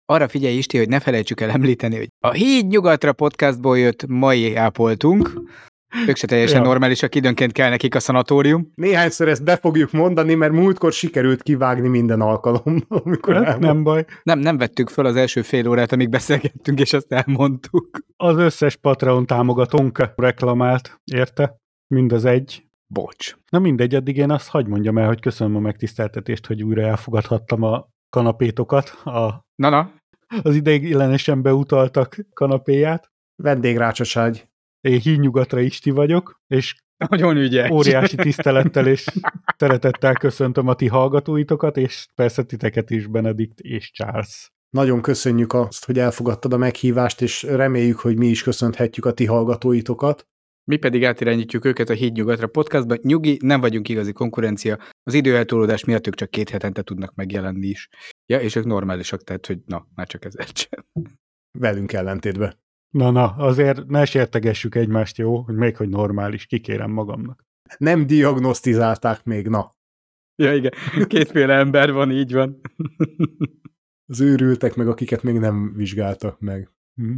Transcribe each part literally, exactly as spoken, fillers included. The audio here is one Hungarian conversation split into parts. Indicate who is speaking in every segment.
Speaker 1: Arra figyelj Isti, hogy ne felejtsük el említeni, hogy a Híd Nyugatra podcastból jött mai ápoltunk. Ők se teljesen ja. normálisak, időnként kell nekik a szanatórium.
Speaker 2: Néhányszor ezt be fogjuk mondani, mert múltkor sikerült kivágni minden alkalommal, amikor
Speaker 3: hát, nem baj.
Speaker 1: Nem, nem vettük föl az első fél órát, amíg beszélgettünk, és azt elmondtuk.
Speaker 3: Az összes Patreon támogatónk reklamált, érte? Mindaz egy.
Speaker 1: Bocs.
Speaker 3: Na mindegy, addig én azt hagy mondjam el, hogy köszönöm a megtiszteltetést, hogy újra elfogadhattam a kanapétokat, a,
Speaker 1: Na-na.
Speaker 3: az ideiglenesen beutaltak kanapéját.
Speaker 2: Vendégrácsaság.
Speaker 3: Én Hídnyugatra Isti vagyok, és
Speaker 1: nagyon ügyes.
Speaker 3: Óriási tisztelettel és szeretettel köszöntöm a ti hallgatóitokat, és persze titeket is, Benedikt és Charles.
Speaker 2: Nagyon köszönjük azt, hogy elfogadtad a meghívást, és reméljük, hogy mi is köszönhetjük a ti hallgatóitokat.
Speaker 1: Mi pedig átirányítjuk őket a Híd Nyugatra podcastba. Nyugi, nem vagyunk igazi konkurencia. Az időeltolódás miatt ők csak két hetente tudnak megjelenni is. Ja, és ők normálisak, tehát, hogy na, már csak ezért sem.
Speaker 2: Velünk ellentétben.
Speaker 3: Na, na, azért ne sértegessük egymást, jó? Hogy még, hogy normális, kikérem magamnak.
Speaker 2: Nem diagnosztizálták még, na.
Speaker 1: Ja, igen. Kétféle ember van, így van.
Speaker 2: Az őrültek meg, akiket még nem vizsgáltak meg.
Speaker 3: Hm.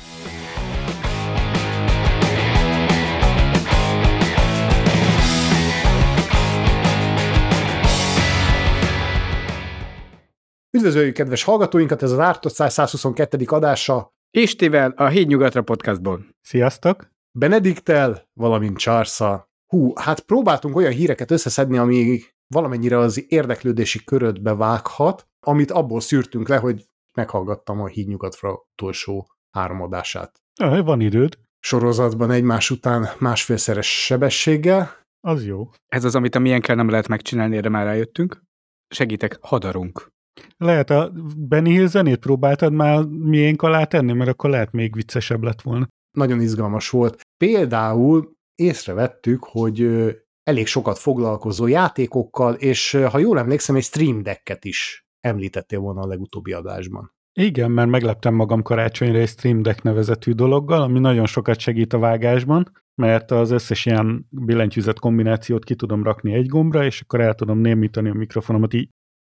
Speaker 2: Üdvözöljük kedves hallgatóinkat, ez az Ártott százhuszonkettő adása.
Speaker 1: Istivel, a Híd Nyugatra podcastból.
Speaker 3: Sziasztok!
Speaker 2: Benedikttel, valamint Charles-szal. Hú, hát próbáltunk olyan híreket összeszedni, ami valamennyire az érdeklődési körödbe vághat, amit abból szűrtünk le, hogy meghallgattam a Híd Nyugatra utolsó három adását.
Speaker 3: Ah, van időd.
Speaker 2: Sorozatban egymás után másfélszeres sebességgel.
Speaker 3: Az jó.
Speaker 1: Ez az, amit a milyenkkel nem lehet megcsinálni, erre már rájöttünk. Segítek, hadarunk.
Speaker 3: Lehet a Benny Hill zenét próbáltad már miénk alá tenni, mert akkor lehet még viccesebb lett volna.
Speaker 2: Nagyon izgalmas volt. Például észrevettük, hogy elég sokat foglalkozó játékokkal, és ha jól emlékszem, egy Stream Decket is említettél volna a legutóbbi adásban.
Speaker 3: Igen, mert megleptem magam karácsonyra egy Stream Deck nevezetű dologgal, ami nagyon sokat segít a vágásban, mert az összes ilyen billentyűzet kombinációt ki tudom rakni egy gombra, és akkor el tudom némítani a mikrofonomat így.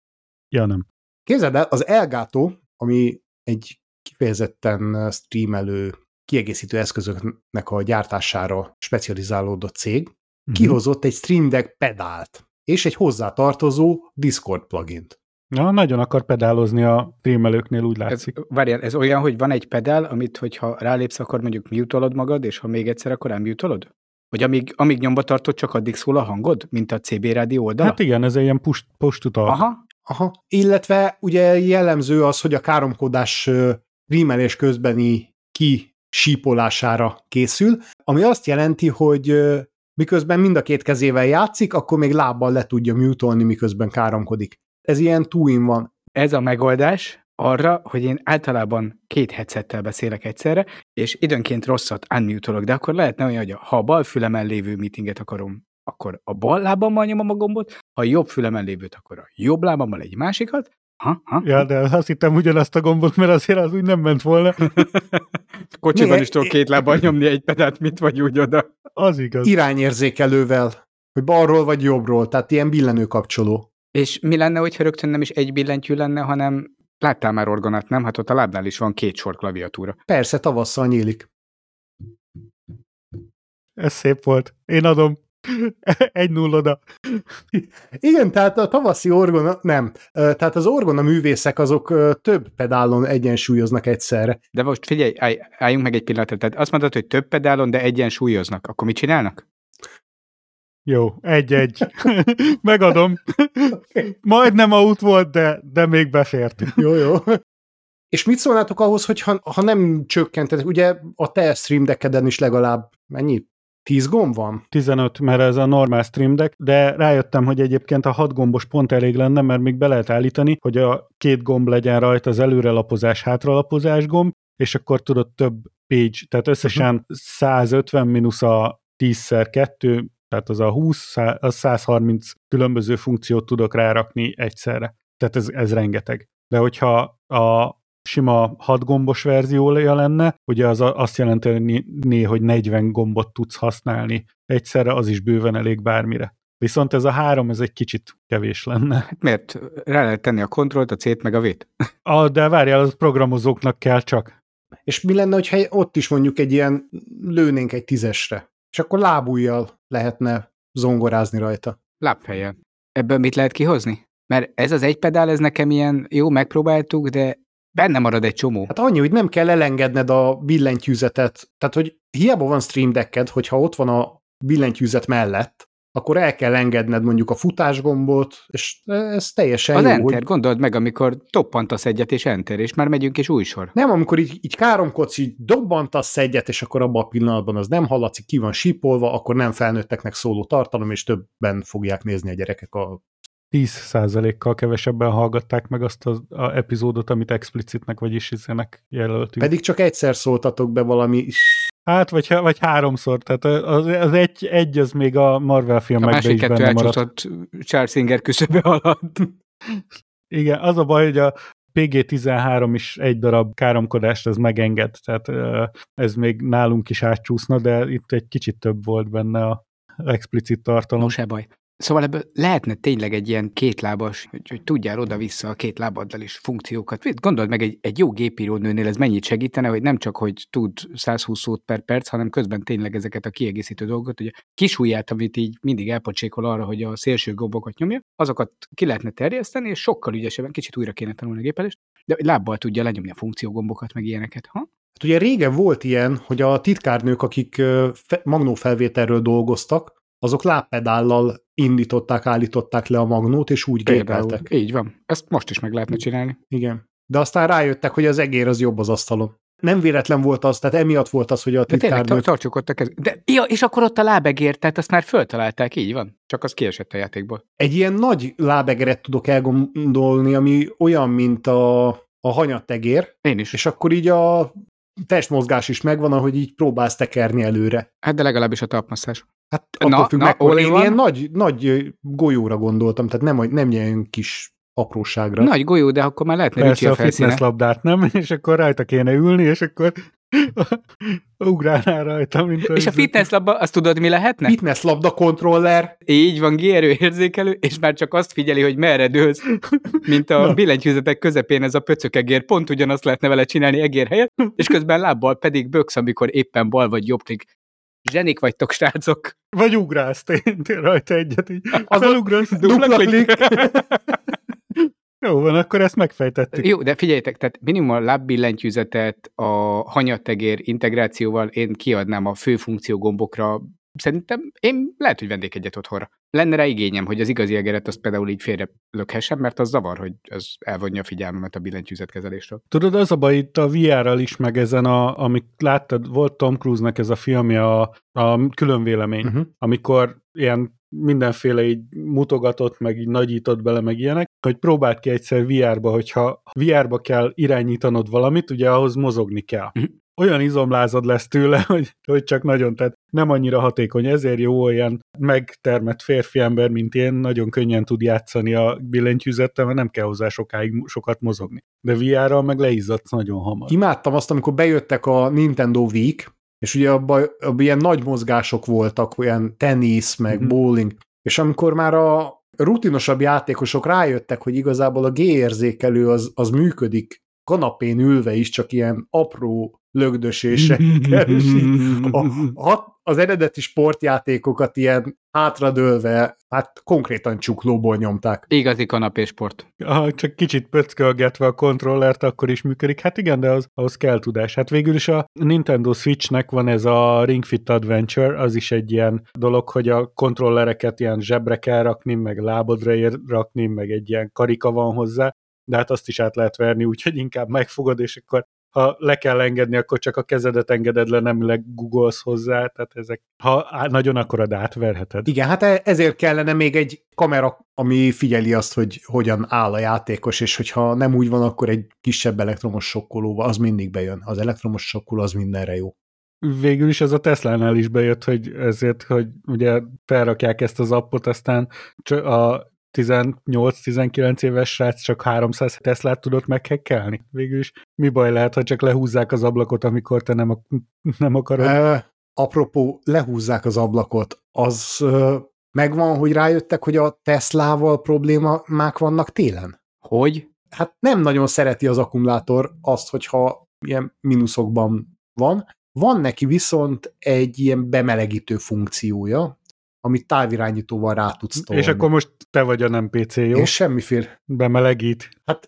Speaker 3: Ja, nem.
Speaker 2: Képzeld el, az Elgato, ami egy kifejezetten streamelő, kiegészítő eszközöknek a gyártására specializálódott cég, uh-huh. kihozott egy Stream Deck pedált, és egy hozzátartozó Discord plugint.
Speaker 3: Na, nagyon akar pedálozni a streamelőknél, úgy látszik.
Speaker 1: Ez, várjál, ez olyan, hogy van egy pedál, amit, hogyha rálépsz, akkor mondjuk mute-olod magad, és ha még egyszer, akkor unmute-olod? Vagy amíg, amíg nyomba tartod, csak addig szól a hangod, mint a cé bé rádió oldala?
Speaker 3: Hát igen, ez egy ilyen push, push to talk.
Speaker 2: Aha. Aha. Illetve ugye jellemző az, hogy a káromkodás rímelés közbeni kisípolására készül, ami azt jelenti, hogy miközben mind a két kezével játszik, akkor még lábbal le tudja mute-olni, miközben káromkodik. Ez ilyen two-in van.
Speaker 1: Ez a megoldás arra, hogy én általában két headsettel beszélek egyszerre, és időnként rosszat unmute-olok, de akkor lehetne olyan, hogy ha a bal fülemen lévő meetinget akarom, akkor a bal lábammal nyomom a gombot, ha a jobb fülemen lévőt, akkor a jobb lábammal egy másikat. Ha, ha,
Speaker 3: ja,
Speaker 1: ha.
Speaker 3: de azt hittem ugyanazt a gombot, mert azért az úgy nem ment volna.
Speaker 1: Kocsiban is tudok két lábbal nyomni egy pedát, mint vagy úgy oda.
Speaker 3: Az igaz.
Speaker 2: Irányérzékelővel, hogy balról vagy jobbról, tehát ilyen billenő kapcsoló.
Speaker 1: És mi lenne, hogyha rögtön nem is egy billentyű lenne, hanem láttál már orgonát, nem? Hát ott a lábnál is van két sor klaviatúra.
Speaker 2: Persze, tavasszal nyílik.
Speaker 3: Ez szép volt. Én adom. Egy nulla.
Speaker 2: Igen, tehát a tavaszi orgona, nem. Tehát az orgona művészek azok több pedálon egyensúlyoznak egyszerre.
Speaker 1: De most figyelj, állj, álljunk meg egy pillanatra. Tehát azt mondod, hogy több pedálon, de egyensúlyoznak. Akkor mit csinálnak?
Speaker 3: Jó, egy-egy. Megadom. Okay. Majdnem out volt, de, de még befért.
Speaker 2: Jó, jó. És mit szólnátok ahhoz, hogy ha, ha nem csökkentetek, ugye a te Stream Deckeden is legalább mennyi? tíz gomb van?
Speaker 3: tizenöt, mert ez a normál Stream Deck, de rájöttem, hogy egyébként a hat gombos pont elég lenne, mert még be lehet állítani, hogy a két gomb legyen rajta, az előrelapozás, hátralapozás gomb, és akkor tudod több page, tehát összesen uh-huh. százötven mínusz a tízszer kettő, tehát az a húsz, az százharminc különböző funkciót tudok rárakni egyszerre. Tehát ez, ez rengeteg. De hogyha a sima hat gombos verziója lenne, ugye az azt jelenteni, hogy negyven gombot tudsz használni egyszerre, az is bőven elég bármire. Viszont ez a három, ez egy kicsit kevés lenne.
Speaker 1: Hát miért? Rá lehet tenni a kontrollt, a C-t meg a V-t.
Speaker 3: A, de várjál, az programozóknak kell csak.
Speaker 2: És mi lenne, hogyha ott is mondjuk egy ilyen lőnénk egy tízesre, és akkor lábujjal lehetne zongorázni rajta.
Speaker 1: Lábfejjel. Ebből mit lehet kihozni? Mert ez az egy pedál, ez nekem ilyen, jó, megpróbáltuk, de benne marad egy csomó.
Speaker 2: Hát annyi, hogy nem kell elengedned a billentyűzetet, tehát hogy hiába van Stream Decked, hogyha ott van a billentyűzet mellett, akkor el kell engedned mondjuk a futásgombot, és ez teljesen
Speaker 1: az
Speaker 2: jó.
Speaker 1: Enter,
Speaker 2: hogy...
Speaker 1: gondold meg, amikor toppantasz egyet, és Enter, és már megyünk, és új sor.
Speaker 2: Nem, amikor így, így káromkodsz, így dobbantasz egyet, és akkor abban a pillanatban az nem hallatszik, ki van sípolva, akkor nem felnőtteknek szóló tartalom, és többen fogják nézni a gyerekek a...
Speaker 3: tíz százalékkal kevesebben hallgatták meg azt az a epizódot, amit explicitnek, vagyis izének jelöltünk.
Speaker 2: Pedig csak egyszer szóltatok be valami...
Speaker 3: Hát, vagy, vagy háromszor, tehát az, az egy, egy az még a Marvel filmekben is benne maradt.
Speaker 1: A másik kettő elcsúszott Charles Singer küszöbe alatt.
Speaker 3: Igen, az a baj, hogy a pé gé tizenhárom is egy darab káromkodást ez megenged, tehát ez még nálunk is átcsúszna, de itt egy kicsit több volt benne a explicit tartalom.
Speaker 1: No, se baj. Szóval ebből lehetne tényleg egy ilyen kétlábas, hogy, hogy tudjál oda-vissza a két lábaddal is funkciókat. Gondold meg, egy, egy jó gépírónőnél ez mennyit segítene, hogy nem csak, hogy tud száz húsz szót per perc, hanem közben tényleg ezeket a kiegészítő dolgokat, hogy a kis ujját, amit így mindig elpocsékol arra, hogy a szélső gombokat nyomja, azokat ki lehetne terjeszteni, és sokkal ügyesebben, kicsit újra kéne tanulni a gépelést, de lábbal tudja lenyomni a funkciógombokat, meg ilyeneket. Ha?
Speaker 2: Hát ugye régen volt ilyen, hogy a titkárnők, akik magnófelvételről dolgoztak, azok lábpedállal indították, állították le a magnót, és úgy
Speaker 1: Például,
Speaker 2: gépeltek.
Speaker 1: így van. Ezt most is meg lehetne csinálni.
Speaker 2: Igen. De aztán rájöttek, hogy az egér az jobb az asztalon. Nem véletlen volt az, tehát emiatt volt az, hogy a
Speaker 1: De tényleg,
Speaker 2: titkárnők...
Speaker 1: tartsuk ott a kez... De, ja, és akkor ott a lábegér, tehát azt már föltalálták, így van. Csak az kiesett a játékból.
Speaker 2: Egy ilyen nagy lábegeret tudok elgondolni, ami olyan, mint a, a hanyattegér.
Speaker 1: Én is.
Speaker 2: És akkor így a testmozgás is megvan, ahogy így próbálsz tekerni előre.
Speaker 1: Hát de legalábbis a talpmasszás.
Speaker 2: Hát
Speaker 1: Na,
Speaker 2: attól függ,
Speaker 1: na,
Speaker 2: mekkora. Én
Speaker 1: all-in-one?
Speaker 2: ilyen nagy, nagy golyóra gondoltam, tehát nem, nem ilyen kis apróságra.
Speaker 1: Nagy golyó, de akkor már lehetne
Speaker 3: Persze
Speaker 1: rücsi a
Speaker 3: a
Speaker 1: felszíne.
Speaker 3: fitness labdát, nem? És akkor rajta kéne ülni, és akkor ugrálnál rajta, mint
Speaker 1: És a fitness labba, azt tudod, mi lehetne?
Speaker 2: Fitness labda kontroller.
Speaker 1: Így van, G-erő érzékelő, és már csak azt figyeli, hogy merre dőlsz, mint a
Speaker 3: Na.
Speaker 1: billentyűzetek közepén ez a pöcökegér, pont ugyanazt lehetne vele csinálni egér helyett, és közben lábbal pedig böksz, amikor éppen bal vagy jobb klik. Zsenik vagytok, srácok.
Speaker 3: Vagy ugrálsz te rajta egyet, így
Speaker 2: Az a
Speaker 3: felugrasz,
Speaker 2: dupla klik.
Speaker 3: Jó van, akkor ezt megfejtettük.
Speaker 1: Jó, de figyeljetek, tehát minimum a lábbillentyűzetet a hanyattegér integrációval én kiadnám a fő funkciógombokra. Szerintem én lehet, hogy vennék egyet otthonra. Lenne rá igényem, hogy az igazi egeret azt például így félre lökhessem, mert az zavar, hogy az elvonja a figyelmemet a billentyűzetkezelésről.
Speaker 3: Tudod, az a baj itt a vé er-rel is, meg ezen, a, amit láttad, volt Tom Cruise-nak ez a filmje, a, a különvélemény, uh-huh. amikor ilyen mindenféle így mutogatott, meg így nagyított bele, meg ilyenek, hogy próbáld ki egyszer vé er-ba, hogyha vé er-ba kell irányítanod valamit, ugye ahhoz mozogni kell. Uh-huh. Olyan izomlázad lesz tőle, hogy, hogy csak nagyon, tehát nem annyira hatékony, ezért jó olyan megtermett férfi ember, mint én, nagyon könnyen tud játszani a billentyűzettel, mert nem kell hozzá sokáig sokat mozogni. De vé er-ral meg leizzadsz nagyon hamar.
Speaker 2: Imádtam azt, amikor bejöttek a Nintendo Wii-k, és ugye abban abba ilyen nagy mozgások voltak, olyan tenisz, meg mm-hmm. bowling, és amikor már a rutinosabb játékosok rájöttek, hogy igazából a G-érzékelő az, az működik kanapén ülve is, csak ilyen apró lögdösésekkel, és a, a, az eredeti sportjátékokat ilyen hátradőlve, hát konkrétan csuklóból nyomták.
Speaker 1: Igazi kanapésport.
Speaker 3: Ha csak kicsit pöckölgetve a kontrollert, akkor is működik. Hát igen, de az, ahhoz kell tudás. Hát végül is a Nintendo Switchnek van ez a Ring Fit Adventure, az is egy ilyen dolog, hogy a kontrollereket ilyen zsebre kell rakni, meg lábadra ér rakni, meg egy ilyen karika van hozzá, de hát azt is át lehet verni, úgyhogy inkább megfogod, és akkor ha le kell engedni, akkor csak a kezedet engeded le, nem googolsz hozzá, tehát ezek, ha nagyon akarod, átverheted.
Speaker 2: Igen, hát ezért kellene még egy kamera, ami figyeli azt, hogy hogyan áll a játékos, és hogyha nem úgy van, akkor egy kisebb elektromos sokkolóval, az mindig bejön. Az elektromos sokkoló az mindenre jó.
Speaker 3: Végül is ez a Teslánál is bejött, hogy ezért, hogy ugye felrakják ezt az appot, aztán a tizennyolc-tizenkilenc éves srác csak háromszáz Teslát tudott meghekkelni. Végül is mi baj lehet, ha csak lehúzzák az ablakot, amikor te nem, ak- nem akarod?
Speaker 2: E, apropó, lehúzzák az ablakot, az, Megvan, hogy rájöttek, hogy a Teslával problémák vannak télen?
Speaker 1: Hogy?
Speaker 2: Hát nem nagyon szereti az akkumulátor azt, hogyha ilyen mínuszokban van. Van neki viszont egy ilyen bemelegítő funkciója, amit távirányítóval rá tudsz tolni.
Speaker 3: És akkor most te vagy a nem pé cé, jó?
Speaker 2: És semmiféle.
Speaker 3: Bemelegít.
Speaker 2: Hát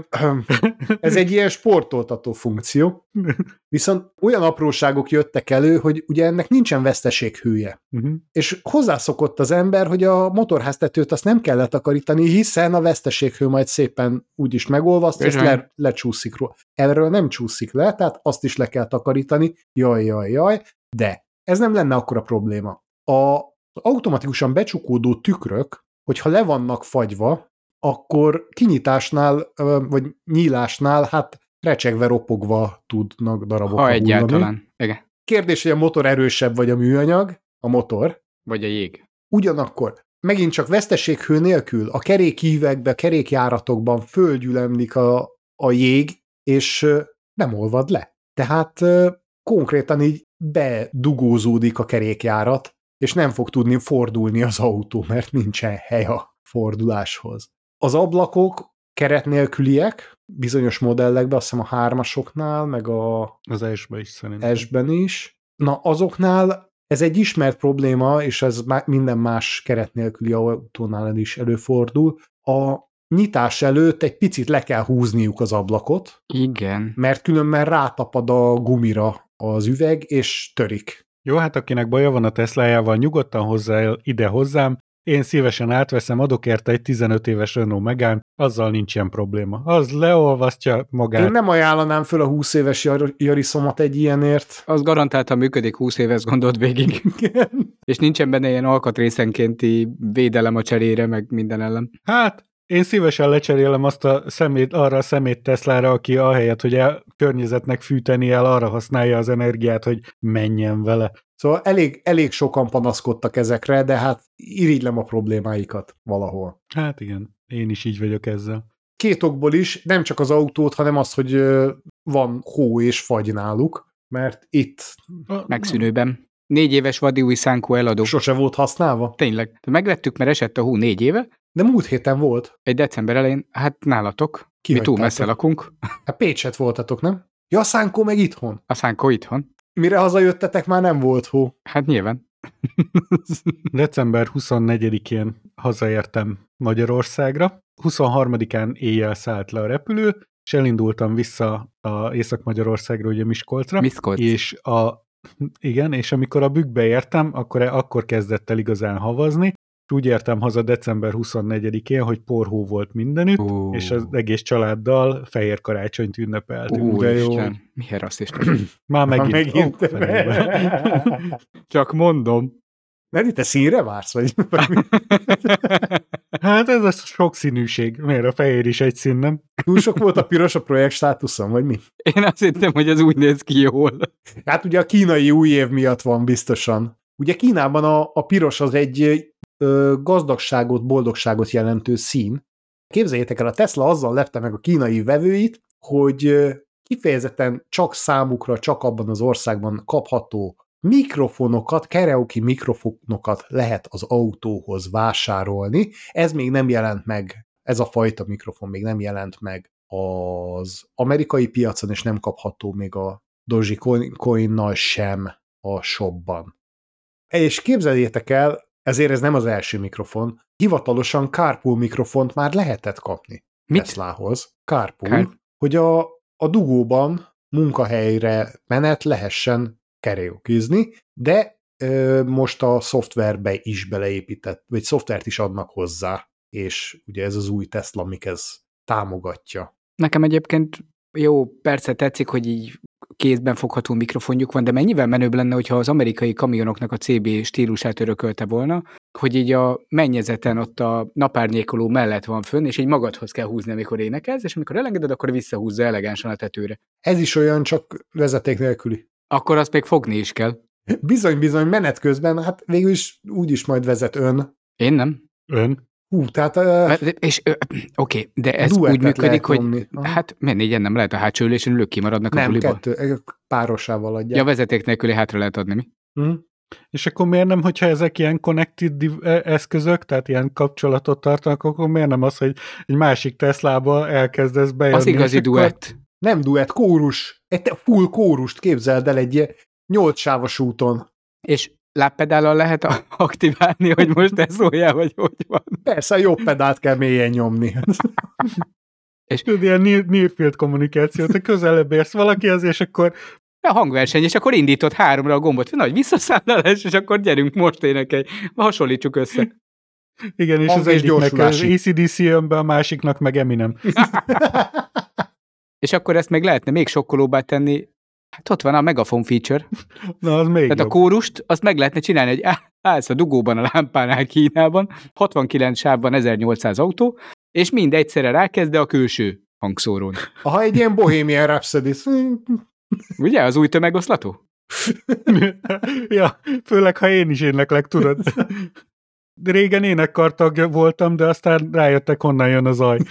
Speaker 2: ez egy ilyen sportoltató funkció. Viszont olyan apróságok jöttek elő, hogy ugye ennek nincsen veszteséghője. Uh-huh. És hozzászokott az ember, hogy a motorháztetőt azt nem kell letakarítani, hiszen a veszteséghő majd szépen úgyis megolvaszt, és le, lecsúszik róla. Erről nem csúszik le, tehát azt is le kell takarítani, jaj, jaj, jaj, de ez nem lenne akkora probléma. A automatikusan becsukódó tükrök, hogyha le vannak fagyva, akkor kinyitásnál, vagy nyílásnál, hát recsegve, ropogva tudnak darabokra
Speaker 1: Ha egyáltalán. Igen.
Speaker 2: Kérdés, hogy a motor erősebb, vagy a műanyag, a motor.
Speaker 1: Vagy a jég.
Speaker 2: Ugyanakkor, megint csak veszteséghő nélkül, a kerékívekbe, a kerékjáratokban földgyülemlik a, a jég, és nem olvad le. Tehát konkrétan így bedugózódik a kerékjárat, és nem fog tudni fordulni az autó, mert nincsen hely a forduláshoz. Az ablakok keret nélküliek, bizonyos modellekben, azt hiszem a hármasoknál, meg a
Speaker 3: az S-ben is szerintem.
Speaker 2: S-ben is. Na, azoknál ez egy ismert probléma, és ez minden más keret nélküli autónál is előfordul. A nyitás előtt egy picit le kell húzniuk az ablakot.
Speaker 1: Igen.
Speaker 2: Mert különben rátapad a gumira az üveg, és törik.
Speaker 3: Jó, hát akinek baja van a Teslájával, nyugodtan hozzá el ide hozzám, én szívesen átveszem, adok érte egy tizenöt éves Renault Megane, azzal nincs ilyen probléma. Az leolvasztja magát.
Speaker 2: Én nem ajánlanám föl a húsz éves Yariszomat egy ilyenért.
Speaker 1: Az garantáltan működik húsz éves, gondolt végig. És nincsen benne ilyen alkatrészenkénti védelem a cserére, meg minden ellen.
Speaker 3: Hát, én szívesen lecserélem azt a szemét, arra a szemét Teslára, aki ahelyett, hogy a környezetnek fűteni el, arra használja az energiát, hogy menjen vele.
Speaker 2: Szóval elég, elég sokan panaszkodtak ezekre, de hát irigylem a problémáikat valahol.
Speaker 3: Hát igen, én is így vagyok ezzel.
Speaker 2: Két okból is, nem csak az autót, hanem az, hogy van hó és fagy náluk, mert itt...
Speaker 1: Megszűnőben. Négy éves vadi új Szánkó eladó.
Speaker 2: Sose volt használva?
Speaker 1: Tényleg. Megvettük, mert esett a hó négy éve.
Speaker 2: De múlt héten volt.
Speaker 1: Egy december elején, hát nálatok. Mi túl messze lakunk.
Speaker 2: Hát Pécset voltatok, nem? Ja, a Szánkó meg itthon.
Speaker 1: A Szánkó itthon.
Speaker 2: Mire hazajöttetek, már nem volt hó.
Speaker 1: Hát nyilván.
Speaker 3: december huszonnegyedikén hazaértem Magyarországra. huszonharmadikán éjjel szállt le a repülő, és elindultam vissza a Észak-Magyarországra, ugye Miskolcra.
Speaker 1: Miskolc.
Speaker 3: És a, igen, és amikor a Bükkbe értem, akkor, akkor kezdett el igazán havazni. Úgy értem haza december huszonnegyedikén, hogy porhó volt mindenütt, uh. és az egész családdal fehér karácsonyt ünnepeltünk.
Speaker 1: Uh, de jó. Isten. Milyen rasszista.
Speaker 3: Már megint.
Speaker 2: megint.
Speaker 3: Oh,
Speaker 1: Csak mondom.
Speaker 2: Mert te színre vársz? Vagy?
Speaker 3: Hát ez a sokszínűség. Miért a fehér is egy szín, nem?
Speaker 2: Túl sok volt a piros a projekt státuszon, vagy mi?
Speaker 1: Én azt hittem, hogy ez úgy néz ki jól.
Speaker 2: Hát ugye a kínai új év miatt van biztosan. Ugye Kínában a, a piros az egy ö, gazdagságot, boldogságot jelentő szín. Képzeljétek el, a Tesla azzal lepte meg a kínai vevőit, hogy ö, kifejezetten csak számukra, csak abban az országban kapható mikrofonokat, karaoke mikrofonokat lehet az autóhoz vásárolni. Ez még nem jelent meg, ez a fajta mikrofon még nem jelent meg az amerikai piacon, és nem kapható még a Dogecoin-nal sem a shopban. És képzeljétek el, ezért ez nem az első mikrofon, hivatalosan carpool mikrofont már lehetett kapni
Speaker 1: Mit?
Speaker 2: Teslahoz. Carpool,
Speaker 1: Car-
Speaker 2: hogy a, a dugóban munkahelyre menet lehessen karaokezni, de ö, most a szoftverbe is beleépített, vagy szoftvert is adnak hozzá, és ugye ez az új Tesla, amik ez támogatja.
Speaker 1: Nekem egyébként jó, persze tetszik, hogy így kézben fogható mikrofonjuk van, de mennyivel menőbb lenne, hogyha az amerikai kamionoknak a cé bé stílusát örökölte volna, hogy így a mennyezeten ott a napárnyékoló mellett van fönn, és így magadhoz kell húzni, amikor énekelsz, és amikor elengeded, akkor visszahúzza elegánsan a tetőre.
Speaker 2: Ez is olyan, csak vezeték nélküli.
Speaker 1: Akkor azt még fogni is kell.
Speaker 2: Bizony-bizony, menet közben, hát végül is úgy is majd vezet ön.
Speaker 1: Én nem.
Speaker 3: Ön?
Speaker 2: Hú, tehát... Uh,
Speaker 1: és oké, okay, de ez úgy működik, hogy hát négyen nem lehet a hátsó ülésen, ülők kimaradnak
Speaker 2: nem,
Speaker 1: a buliból.
Speaker 2: Nem, kettő, párosával adják.
Speaker 1: Ja, vezeték nélküli hátra lehet adni, mi?
Speaker 2: Hmm.
Speaker 3: És akkor miért nem, hogyha ezek ilyen connected eszközök, tehát ilyen kapcsolatot tartanak, akkor miért nem az, hogy egy másik Teslába elkezdesz bejönni?
Speaker 1: Az igazi duett.
Speaker 2: Nem duett, kórus. Egy full kórust képzeld el egy nyolc sávos úton.
Speaker 1: És lábpedállal lehet aktiválni, hogy most te szóljál, vagy hogy van.
Speaker 2: Persze, a jobb pedált kell mélyen nyomni.
Speaker 3: És tudod, ilyen near field kommunikáció, te közelebb érsz valakihez, és akkor
Speaker 1: a hangverseny, és akkor indított háromra a gombot, nagy visszaszállás, és akkor gyerünk, most énekelj. Hasonlítsuk össze.
Speaker 3: Igen, és
Speaker 2: hang
Speaker 3: az
Speaker 2: és
Speaker 3: egyiknek az
Speaker 2: gyorsulási.
Speaker 3: á cé dé cé jön be, a másiknak meg Eminem.
Speaker 1: És akkor ezt meg lehetne még sokkolóbbá tenni. Hát ott van a megafon feature.
Speaker 3: Na, az még
Speaker 1: Tehát
Speaker 3: jobb.
Speaker 1: a kórust, azt meg lehetne csinálni, hogy állsz a dugóban a lámpánál Kínában, hatvankilenc sávban ezernyolcszáz autó, és mind egyszerre rákezd, de a külső hangszórón.
Speaker 2: Aha, egy ilyen Bohemian Rhapsody.
Speaker 1: Ugye, az új tömegoszlató?
Speaker 3: Ja, főleg, ha én is éneklek, tudod. De régen énekkartag voltam, de aztán rájöttek, honnan jön a zaj.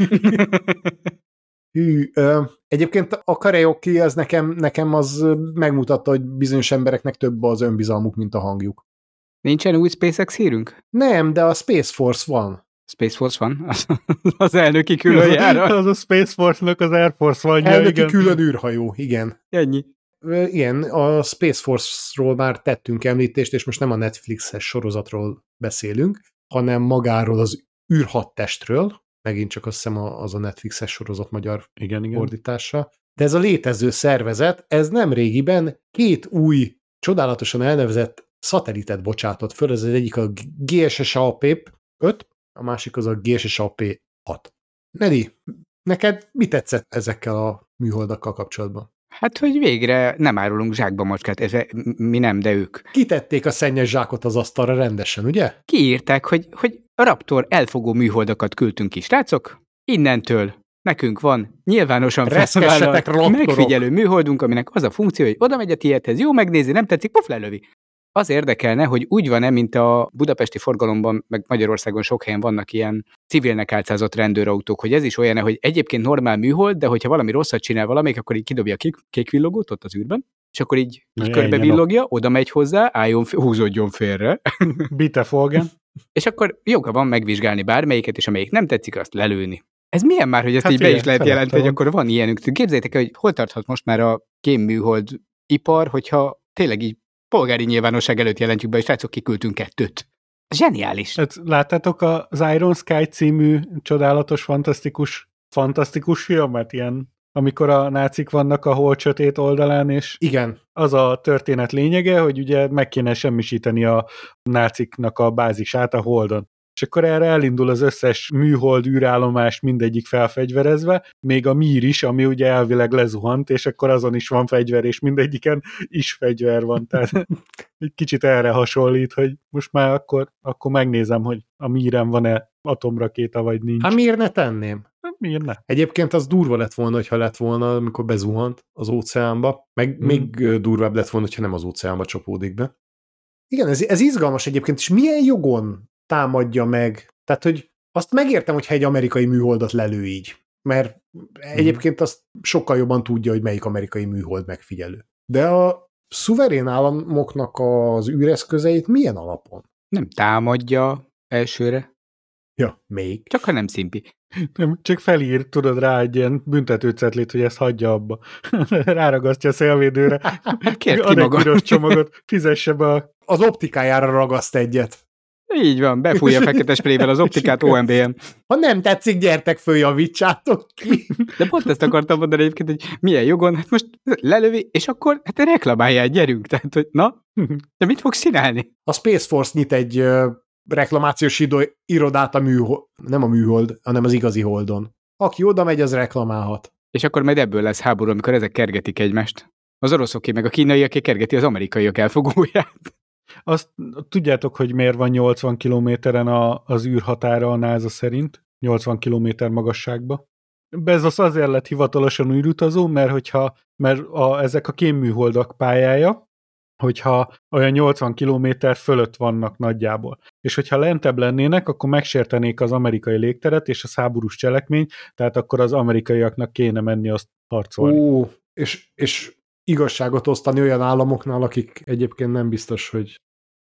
Speaker 2: Hű, ö, egyébként a karaoke az nekem, nekem az megmutatta, hogy bizonyos embereknek több az önbizalmuk, mint a hangjuk.
Speaker 1: Nincsen új SpaceX hírünk?
Speaker 2: Nem, de a Space Force van.
Speaker 1: Space Force van? Az, az elnöki különjára?
Speaker 3: Az a Space Force-nak az Air Force van.
Speaker 2: Elnöki
Speaker 3: igen.
Speaker 2: külön űrhajó, igen.
Speaker 1: Ennyi.
Speaker 2: Ö, igen, a Space Force-ról már tettünk említést, és most nem a Netflixes sorozatról beszélünk, hanem magáról az űrhadtestről, megint csak azt hiszem az a Netflixes sorozat magyar
Speaker 3: Igen, igen.
Speaker 2: fordítása. De ez a létező szervezet, ez nem régiben két új, csodálatosan elnevezett szatelitet bocsátott föl, ez az egyik a gé es es á pé öt, a másik az a gé es es á pé hat. Nedi, neked mi tetszett ezekkel a műholdakkal kapcsolatban?
Speaker 1: Hát, hogy végre nem árulunk zsákba macskát, ez, mi nem, de ők.
Speaker 2: Kitették a szennyes zsákot az asztalra rendesen, ugye?
Speaker 1: Kiírták, hogy, hogy a Raptor elfogó műholdakat küldtünk ki, srácok, innentől nekünk van nyilvánosan
Speaker 2: Reszkessetek,
Speaker 1: felszolgáló
Speaker 2: raptorok!
Speaker 1: megfigyelő műholdunk, aminek az a funkció, hogy oda megy a tiédhez, jó megnézi, nem tetszik, puf, lelövi. Az érdekelne, hogy úgy van-e, mint a budapesti forgalomban, meg Magyarországon sok helyen vannak ilyen civilnek álcázott rendőrautók, hogy ez is olyan, hogy egyébként normál műhold, de hogyha valami rosszat csinál valamelyik, akkor így kidobja a kék, kék villogót ott az űrben, és akkor így, így körbevillogja, oda megy hozzá, álljon, húzódjon félre.
Speaker 3: Bitte folgen.
Speaker 1: És akkor joga van megvizsgálni bármelyiket, és amelyik nem tetszik, azt lelőni. Ez milyen már, hogy ezt
Speaker 3: Hát
Speaker 1: így be
Speaker 3: igen,
Speaker 1: is lehet jelenteni, hogy
Speaker 3: van.
Speaker 1: akkor van ilyenük. Képzeljétek el, hogy hol tarthat most már a kémműhold ipar, hogyha tényleg így polgári nyilvánosság előtt jelentjük be, és srácok, kiküldtünk kettőt. Zseniális.
Speaker 3: Hát, láttátok az Iron Sky című csodálatos, fantasztikus, fantasztikus filmet, ilyen, amikor a nácik vannak a hold sötét oldalán, és
Speaker 2: Igen.
Speaker 3: az a történet lényege, hogy ugye meg kéne semmisíteni a náciknak a bázisát a holdon. És akkor erre elindul az összes műhold űrállomás mindegyik felfegyverezve, még a Mir is, ami ugye elvileg lezuhant, és akkor azon is van fegyver, és mindegyiken is fegyver van. Tehát egy kicsit erre hasonlít, hogy most már akkor, akkor megnézem, hogy a Miren van-e atomrakéta, vagy nincs.
Speaker 2: Hát miért ne tenném?
Speaker 3: Miért ne?
Speaker 2: Egyébként az durva lett volna, hogyha lett volna, amikor bezuhant az óceánba, meg hmm. még durvább lett volna, hogyha nem az óceánba csapódik be. Igen, ez, ez izgalmas egyébként, és milyen jogon támadja meg? Tehát, hogy azt megértem, hogyha egy amerikai műholdat lelő így, mert hmm. egyébként azt sokkal jobban tudja, hogy melyik amerikai műhold megfigyelő. De a szuverén államoknak az űreszközeit milyen alapon?
Speaker 1: Nem támadja elsőre.
Speaker 2: Ja, még.
Speaker 1: Csak ha nem szimpi.
Speaker 3: Nem, csak felír, tudod, rá egy ilyen büntetőcetlit, hogy ezt hagyja abba. Ráragasztja a szélvédőre.
Speaker 1: Kért ki maga.
Speaker 3: Ad egy piros csomagot, fizesse be a...
Speaker 2: Az optikájára ragaszt egyet.
Speaker 1: Így van, befújja fekete sprével az optikát o em bé en.
Speaker 2: Ha nem tetszik, gyertek föl, javítsátok ki.
Speaker 1: De pont ezt akartam mondani egyébként, hogy milyen jogon, hát most lelövi, és akkor hát reklamáljál, gyerünk. Tehát, hogy na, de mit fogsz csinálni?
Speaker 2: A Space Force nyit egy uh, reklamációs irodát a műhold, nem a műhold, hanem az igazi holdon. Aki oda megy, az reklamálhat.
Speaker 1: És akkor majd ebből lesz háború, amikor ezek kergetik egymást. Az oroszoké meg a kínaiaké kergeti az amerikaiak elfogóját.
Speaker 3: Azt tudjátok, hogy miért van nyolcvan kilométeren a, az űrhatára a NASA szerint? nyolcvan kilométer magasságba. Bezos azért lett hivatalosan űrutazó, mert, hogyha, mert a, ezek a kémműholdak pályája, hogyha olyan nyolcvan kilométer fölött vannak nagyjából. És hogyha lentebb lennének, akkor megsértenék az amerikai légteret és a háborús cselekmény, tehát akkor az amerikaiaknak kéne menni azt harcolni.
Speaker 2: Ó, és, és igazságot osztani olyan államoknál, akik egyébként nem biztos, hogy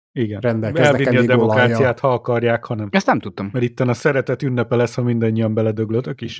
Speaker 3: Igen.
Speaker 2: rendelkeznek
Speaker 3: Elvinni a
Speaker 2: elég
Speaker 3: demokráciát,
Speaker 2: olajjal.
Speaker 3: ha akarják, hanem.
Speaker 1: Ezt nem tudtam.
Speaker 3: Mert itten a szeretet ünnepe lesz, ha mindannyian beledöglötök is.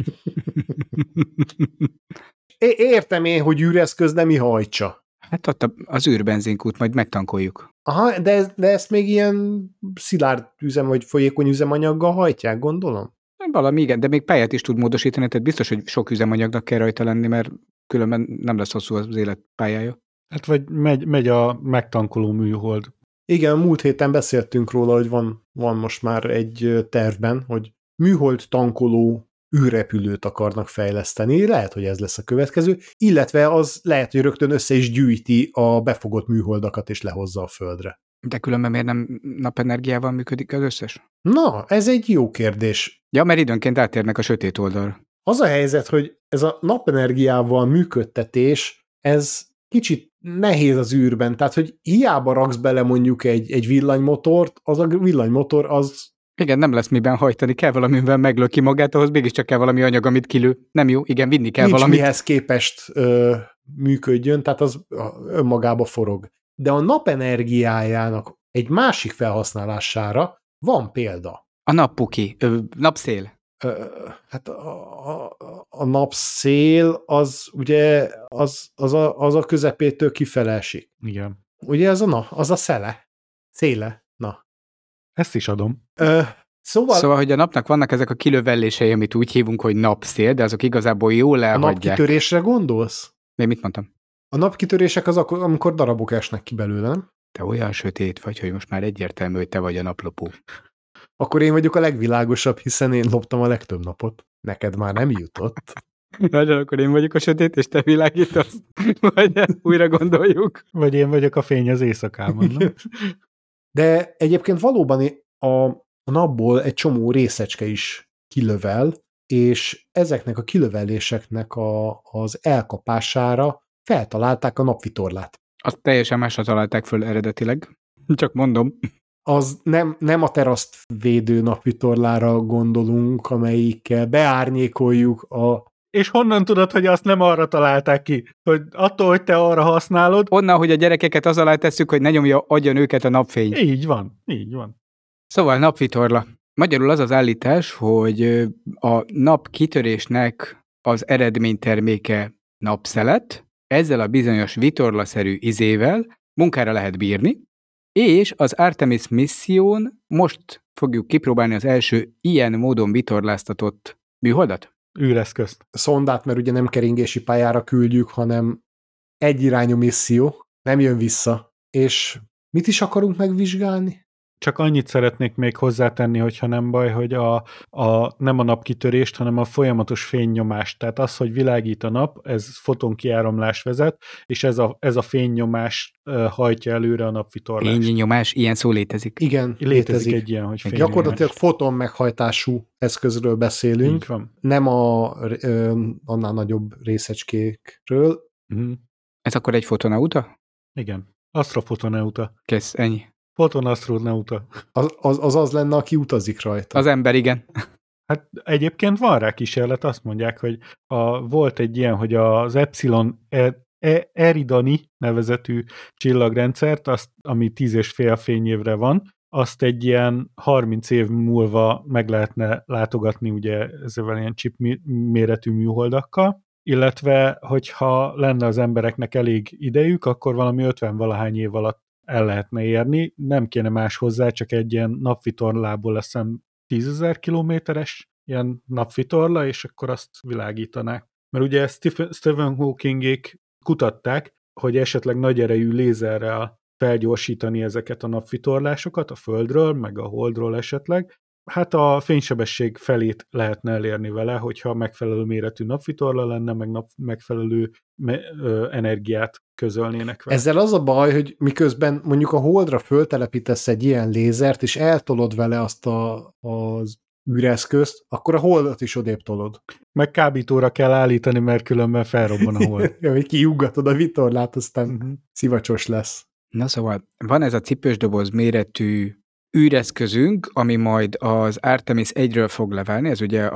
Speaker 2: É- értem én, hogy űreszköz nem hajtsa.
Speaker 1: Hát ott a- az űrbenzinkút, majd megtankoljuk.
Speaker 2: Aha, de, ez, de ezt még ilyen szilárd üzem, vagy folyékony üzemanyaggal hajtják, gondolom?
Speaker 1: Valami igen, de még pályát is tud módosítani, tehát biztos, hogy sok üzemanyagnak kell rajta lenni, mert különben nem lesz hosszú az élet pályája.
Speaker 3: Hát vagy megy, megy a megtankoló műhold.
Speaker 2: Igen, múlt héten beszéltünk róla, hogy van, van most már egy ö, tervben, hogy műhold tankoló űrrepülőt akarnak fejleszteni. Lehet, hogy ez lesz a következő, illetve az lehet, hogy rögtön össze is gyűjti a befogott műholdakat és lehozza a Földre.
Speaker 1: De különben miért nem napenergiával működik az összes?
Speaker 2: Na, ez egy jó kérdés.
Speaker 1: Ja, mert időnként átérnek a sötét oldalra.
Speaker 2: Az a helyzet, hogy ez a napenergiával működtetés, ez kicsit nehéz az űrben, tehát, hogy hiába raksz bele mondjuk egy, egy villanymotort, az a villanymotor az...
Speaker 1: Igen, nem lesz miben hajtani, kell valamivel meglöki magát, ahhoz mégiscsak kell valami anyag, amit kilő. Nem jó, igen, vinni kell
Speaker 2: nincs
Speaker 1: valamit.
Speaker 2: mihez képest ö, működjön, tehát az önmagába forog. De a napenergiájának egy másik felhasználására van példa.
Speaker 1: A nappuki, ö, napszél.
Speaker 2: Ö, hát a, a, a napszél az ugye az, az, a, az a közepétől kifele esik.
Speaker 3: Igen.
Speaker 2: Ugye az a, na, az a szele. Széle. Na.
Speaker 3: Ezt is adom.
Speaker 2: Ö, szóval,
Speaker 1: Szóval, hogy a napnak vannak ezek a kilövellései, amit úgy hívunk, hogy napszél, de azok igazából jól
Speaker 2: a
Speaker 1: elhagyják.
Speaker 2: napkitörésre gondolsz?
Speaker 1: Még mit mondtam?
Speaker 2: A napkitörések az akkor, amikor darabok esnek ki belőle, nem?
Speaker 1: Te olyan sötét vagy, hogy most már egyértelmű, hogy te vagy a naplopó.
Speaker 2: Akkor én vagyok a legvilágosabb, hiszen én loptam a legtöbb napot. Neked már nem jutott.
Speaker 1: Nagyon, akkor én vagyok a sötét, és te világítasz. Vagy újra gondoljuk.
Speaker 3: Vagy én vagyok a fény az éjszakában. Nem?
Speaker 2: De egyébként valóban a, a napból egy csomó részecske is kilövel, és ezeknek a kilöveléseknek a, az elkapására feltalálták a napvitorlát.
Speaker 1: Azt teljesen másra találták föl eredetileg. Csak mondom.
Speaker 2: Az nem, nem a teraszt védő napvitorlára gondolunk, amelyikkel beárnyékoljuk a...
Speaker 3: És honnan tudod, hogy azt nem arra találták ki? Hogy attól, hogy te arra használod?
Speaker 1: Onnan, hogy a gyerekeket az alá tesszük, hogy ne nyomja agyon őket a napfény.
Speaker 3: Így van, így van.
Speaker 1: Szóval napvitorla. Magyarul az az állítás, hogy a nap kitörésnek az eredményterméke napszelet, ezzel a bizonyos vitorlaszerű izével munkára lehet bírni, és az Artemis misszión most fogjuk kipróbálni az első ilyen módon vitorláztatott műholdat.
Speaker 3: Űreszközt.
Speaker 2: szondát, mert ugye nem keringési pályára küldjük, hanem egyirányú misszió, nem jön vissza. És mit is akarunk megvizsgálni?
Speaker 3: Csak annyit szeretnék még hozzátenni, hogyha nem baj, hogy a, a, nem a napkitörést, hanem a folyamatos fénnyomást. Tehát az, hogy világít a nap, ez fotonkiáramlás vezet, és ez a, ez a fénynyomás uh, hajtja előre a napvitorlást.
Speaker 1: Fénynyomás, ilyen szó létezik.
Speaker 2: Igen,
Speaker 3: Létezik,
Speaker 2: létezik.
Speaker 3: egy ilyen, hogy fénynyomás.
Speaker 2: Gyakorlatilag foton meghajtású eszközről beszélünk,
Speaker 3: Így van.
Speaker 2: nem a ö, annál nagyobb részecskékről.
Speaker 3: Uh-huh.
Speaker 1: Ez akkor egy fotonauta?
Speaker 3: Igen. Asztrofotonauta.
Speaker 1: Kész, ennyi.
Speaker 3: Fotonasztronauta.
Speaker 2: Az, az az az lenne, aki utazik rajta.
Speaker 1: Az ember, igen.
Speaker 3: Hát egyébként van rá kísérlet, azt mondják, hogy a, volt egy ilyen, hogy az Epsilon e, e, Eridani nevezetű csillagrendszert, azt, ami tíz és fél fényévre van, azt egy ilyen harminc év múlva meg lehetne látogatni ugye ezzel ilyen chip méretű műholdakkal, illetve hogyha lenne az embereknek elég idejük, akkor valami ötven-valahány év alatt el lehetne érni, nem kéne más hozzá, csak egy ilyen napvitorlából lesz tízezer kilométeres ilyen napvitorla, és akkor azt világítanák. Mert ugye Stephen Hawkingék kutatták, hogy esetleg nagy erejű lézerrel felgyorsítani ezeket a napvitorlásokat a Földről, meg a Holdról esetleg. Hát a fénysebesség felét lehetne elérni vele, hogyha megfelelő méretű napvitorla lenne, meg nap, megfelelő me, ö, energiát közölnének vele.
Speaker 2: Ezzel az a baj, hogy miközben mondjuk a Holdra föltelepítesz egy ilyen lézert, és eltolod vele azt a, az űreszközt, akkor a Holdat is odébb tolod.
Speaker 3: Meg kábítóra kell állítani, mert különben felrobban a Hold.
Speaker 2: Ja, hogy kiuggatod a vitorlát, aztán
Speaker 3: uh-huh.
Speaker 2: szivacsos lesz.
Speaker 1: Na szóval, van ez a cipősdoboz méretű űreszközünk, ami majd az Artemis egyről fog leválni, ez ugye a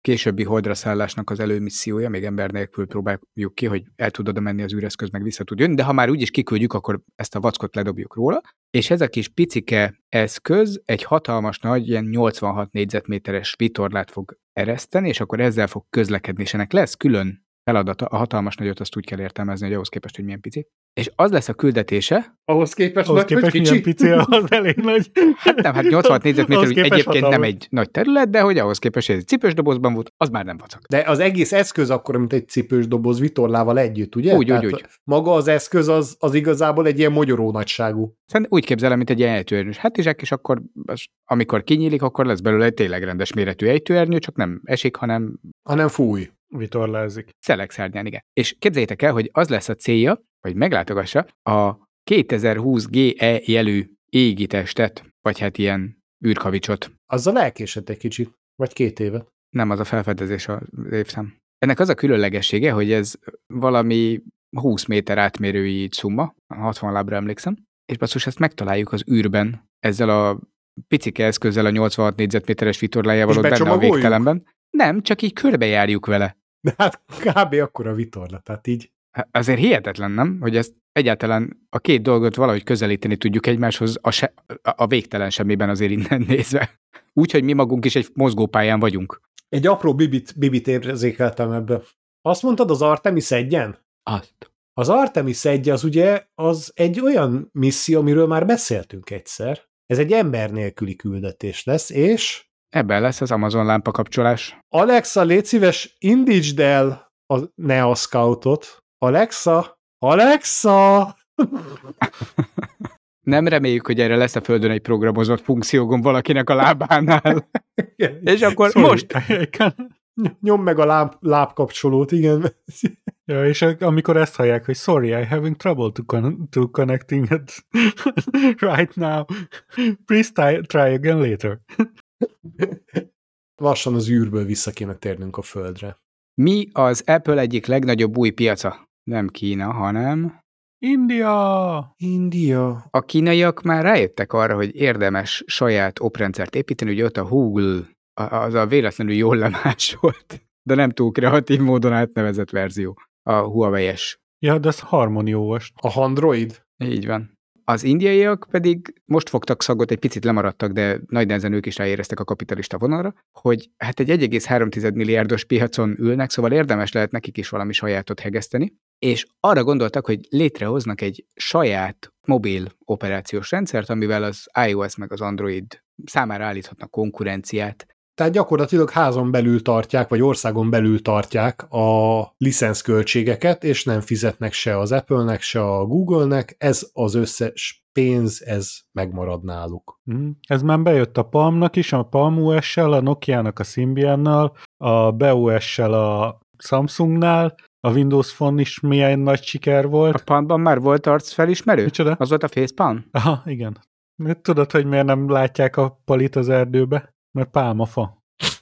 Speaker 1: későbbi holdra szállásnak az előmissziója, még ember nélkül próbáljuk ki, hogy el tud oda menni az űreszköz, meg vissza tud jönni, de ha már úgyis kiküldjük, akkor ezt a vackot ledobjuk róla, és ez a kis picike eszköz egy hatalmas nagy, ilyen nyolcvanhat négyzetméteres vitorlát fog ereszteni, és akkor ezzel fog közlekedni, és ennek lesz külön feladata, a hatalmas nagyot azt úgy kell értelmezni, hogy ahhoz képest, hogy milyen pici. És az lesz a küldetése.
Speaker 2: Ahhoz képest,
Speaker 3: Ahhoz
Speaker 2: nagy,
Speaker 3: képest
Speaker 2: hogy
Speaker 3: milyen
Speaker 2: kicsi?
Speaker 3: pici, az elég nagy.
Speaker 1: Hát nem, hát nyolcvanhat négyzetméter,
Speaker 3: Ahhoz
Speaker 1: úgy
Speaker 3: képest
Speaker 1: egyébként
Speaker 3: hatalmas.
Speaker 1: nem egy nagy terület, de hogy ahhoz képest, hogy ez egy cipős dobozban volt, az már nem vacak.
Speaker 2: De az egész eszköz akkor, mint egy cipős doboz vitorlával együtt, ugye?
Speaker 1: Úgy,
Speaker 2: Tehát
Speaker 1: úgy, úgy.
Speaker 2: maga az eszköz az, az igazából egy ilyen mogyoró nagyságú.
Speaker 1: Szerintem úgy képzelem, mint egy ilyen ejtőernyős hátizsák, és akkor az, amikor kinyílik, akkor lesz belőle egy tényleg rendes méretű ejtőernyő, csak nem esik, hanem
Speaker 2: Hanem fúj.
Speaker 3: Vitorlázik.
Speaker 1: szelek-szárnyán, igen. És képzeljétek el, hogy az lesz a célja, hogy meglátogassa a kétezer-húsz G E jelű égitestet, vagy hát ilyen űrkavicsot.
Speaker 2: Azzal elkésett egy kicsit. Vagy két éve.
Speaker 1: Nem az a felfedezés az évszám. Ennek az a különlegessége, hogy ez valami húsz méter átmérői cumma, hatvan lábra emlékszem, és basszus, ezt megtaláljuk az űrben, ezzel a picike eszközzel a nyolcvanhat négyzetméteres vitorlájával
Speaker 2: És
Speaker 1: ott benne a
Speaker 2: becsomagoljuk?
Speaker 1: végtelenben. Nem, csak így körbejárjuk vele.
Speaker 2: De hát kb. Akkora vitorla, tehát így.
Speaker 1: Hát azért hihetetlen, nem? Hogy ezt egyáltalán a két dolgot valahogy közelíteni tudjuk egymáshoz a, se, a végtelen semmiben azért innen nézve. Úgyhogy mi magunk is egy mozgópályán vagyunk.
Speaker 2: Egy apró bibit, bibit érzékeltem ebbe. Azt mondtad az Artemis egyen?
Speaker 1: Azt.
Speaker 2: Az Artemis egy az ugye az egy olyan misszió, amiről már beszéltünk egyszer. Ez egy ember nélküli küldetés lesz, és
Speaker 1: Ebben lesz az Amazon lámpa kapcsolás.
Speaker 2: Alexa, légy szíves, indítsd el a Neo Scoutot. Alexa, Alexa!
Speaker 1: Nem reméljük, hogy erre lesz a Földön egy programozott funkciógomb valakinek a lábánál. És akkor
Speaker 3: Sorry,
Speaker 1: most...
Speaker 3: I can-
Speaker 2: Nyom meg a láb, lábkapcsolót, igen.
Speaker 3: Ja, és amikor ezt hallják, hogy sorry, I'm having trouble to, con- to connecting it right now. Please try, try again later.
Speaker 2: Lassan az űrből vissza kéne térnünk a Földre.
Speaker 1: Mi az Apple egyik legnagyobb új piaca? Nem Kína, hanem...
Speaker 3: India!
Speaker 2: India.
Speaker 1: A kínaiak már rájöttek arra, hogy érdemes saját oprendszert építeni, ugye ott a Google, az a véletlenül jól lemásolt, de nem túl kreatív módon átnevezett verzió. A Huawei-es.
Speaker 3: Ja, de ez harmonióvas.
Speaker 2: A Android?
Speaker 1: Így van. Az indiaiak pedig most fogtak szagot, egy picit lemaradtak, de nagy nehezen ők is ráéreztek a kapitalista vonalra, hogy hát egy egy egész három milliárdos piacon ülnek, szóval érdemes lehet nekik is valami sajátot hegeszteni, és arra gondoltak, hogy létrehoznak egy saját mobil operációs rendszert, amivel az iOS meg az Android számára állíthatnak konkurenciát.
Speaker 2: Tehát gyakorlatilag házon belül tartják, vagy országon belül tartják a licenszköltségeket, és nem fizetnek se az Apple-nek, se a Google-nek, ez az összes pénz, ez megmarad náluk.
Speaker 3: Mm. Ez már bejött a Palmnak is, a Palm o es-sel, a Nokia-nak a Symbian-nal, a bé o es-sel a Samsungnál, a Windows Phone is milyen nagy siker
Speaker 1: A
Speaker 3: volt.
Speaker 1: Palmban már volt arcfelismerő?
Speaker 3: Micsoda?
Speaker 1: Az volt a Facepalm?
Speaker 3: Aha, igen. Tudod, hogy miért nem látják a palit az erdőbe? Mert pálmafa.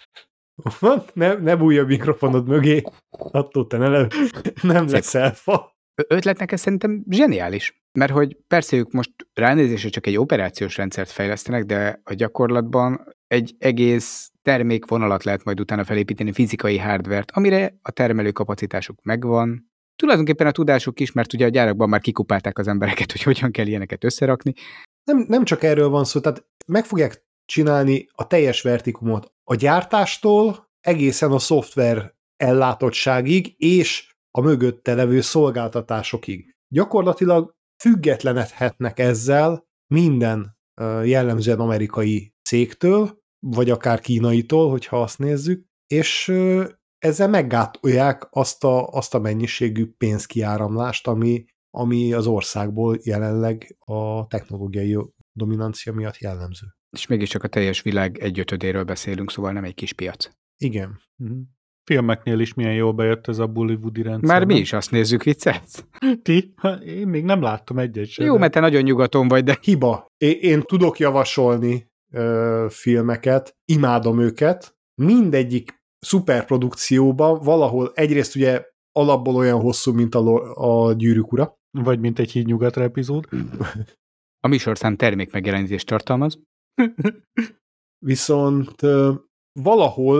Speaker 2: Ne, ne bújj a mikrofonod mögé, attól te ne le, nem leszel fa.
Speaker 1: Ötletnek ez szerintem zseniális, mert hogy persze ők most ránézésre csak egy operációs rendszert fejlesztenek, de a gyakorlatban egy egész termékvonalat lehet majd utána felépíteni, fizikai hardvert, amire a termelőkapacitásuk megvan. Tulajdonképpen a tudásuk is, mert ugye a gyárakban már kikupálták az embereket, hogy hogyan kell ilyeneket összerakni.
Speaker 2: Nem, nem csak erről van szó, tehát meg fogják csinálni a teljes vertikumot a gyártástól egészen a szoftver ellátottságig és a mögötte levő szolgáltatásokig. Gyakorlatilag függetlenedhetnek ezzel minden jellemzően amerikai cégtől, vagy akár kínaitól, hogyha azt nézzük, és ezzel meggátolják azt a, azt a mennyiségű pénzkiáramlást, ami, ami az országból jelenleg a technológiai dominancia miatt jellemző.
Speaker 1: És mégiscsak a teljes világ egyötödéről beszélünk, szóval nem egy kis piac.
Speaker 2: Igen.
Speaker 3: Mm. Filmeknél is milyen jól bejött ez a bollywoodi rendszer.
Speaker 1: Már mi
Speaker 3: nem?
Speaker 1: is azt nézzük, viccelsz?
Speaker 3: Ti? Ha, én még nem láttam egyet sem.
Speaker 1: Jó, mert te nagyon nyugaton vagy, de...
Speaker 2: Hiba. Én, én tudok javasolni ö, filmeket, imádom őket, mindegyik szuperprodukcióban valahol egyrészt ugye alapból olyan hosszú, mint a, a Gyűrűk ura.
Speaker 3: Vagy mint egy Hídnyugatra epizód.
Speaker 1: A műsorszám termék megjelenítést tartalmaz.
Speaker 2: Viszont ö, valahol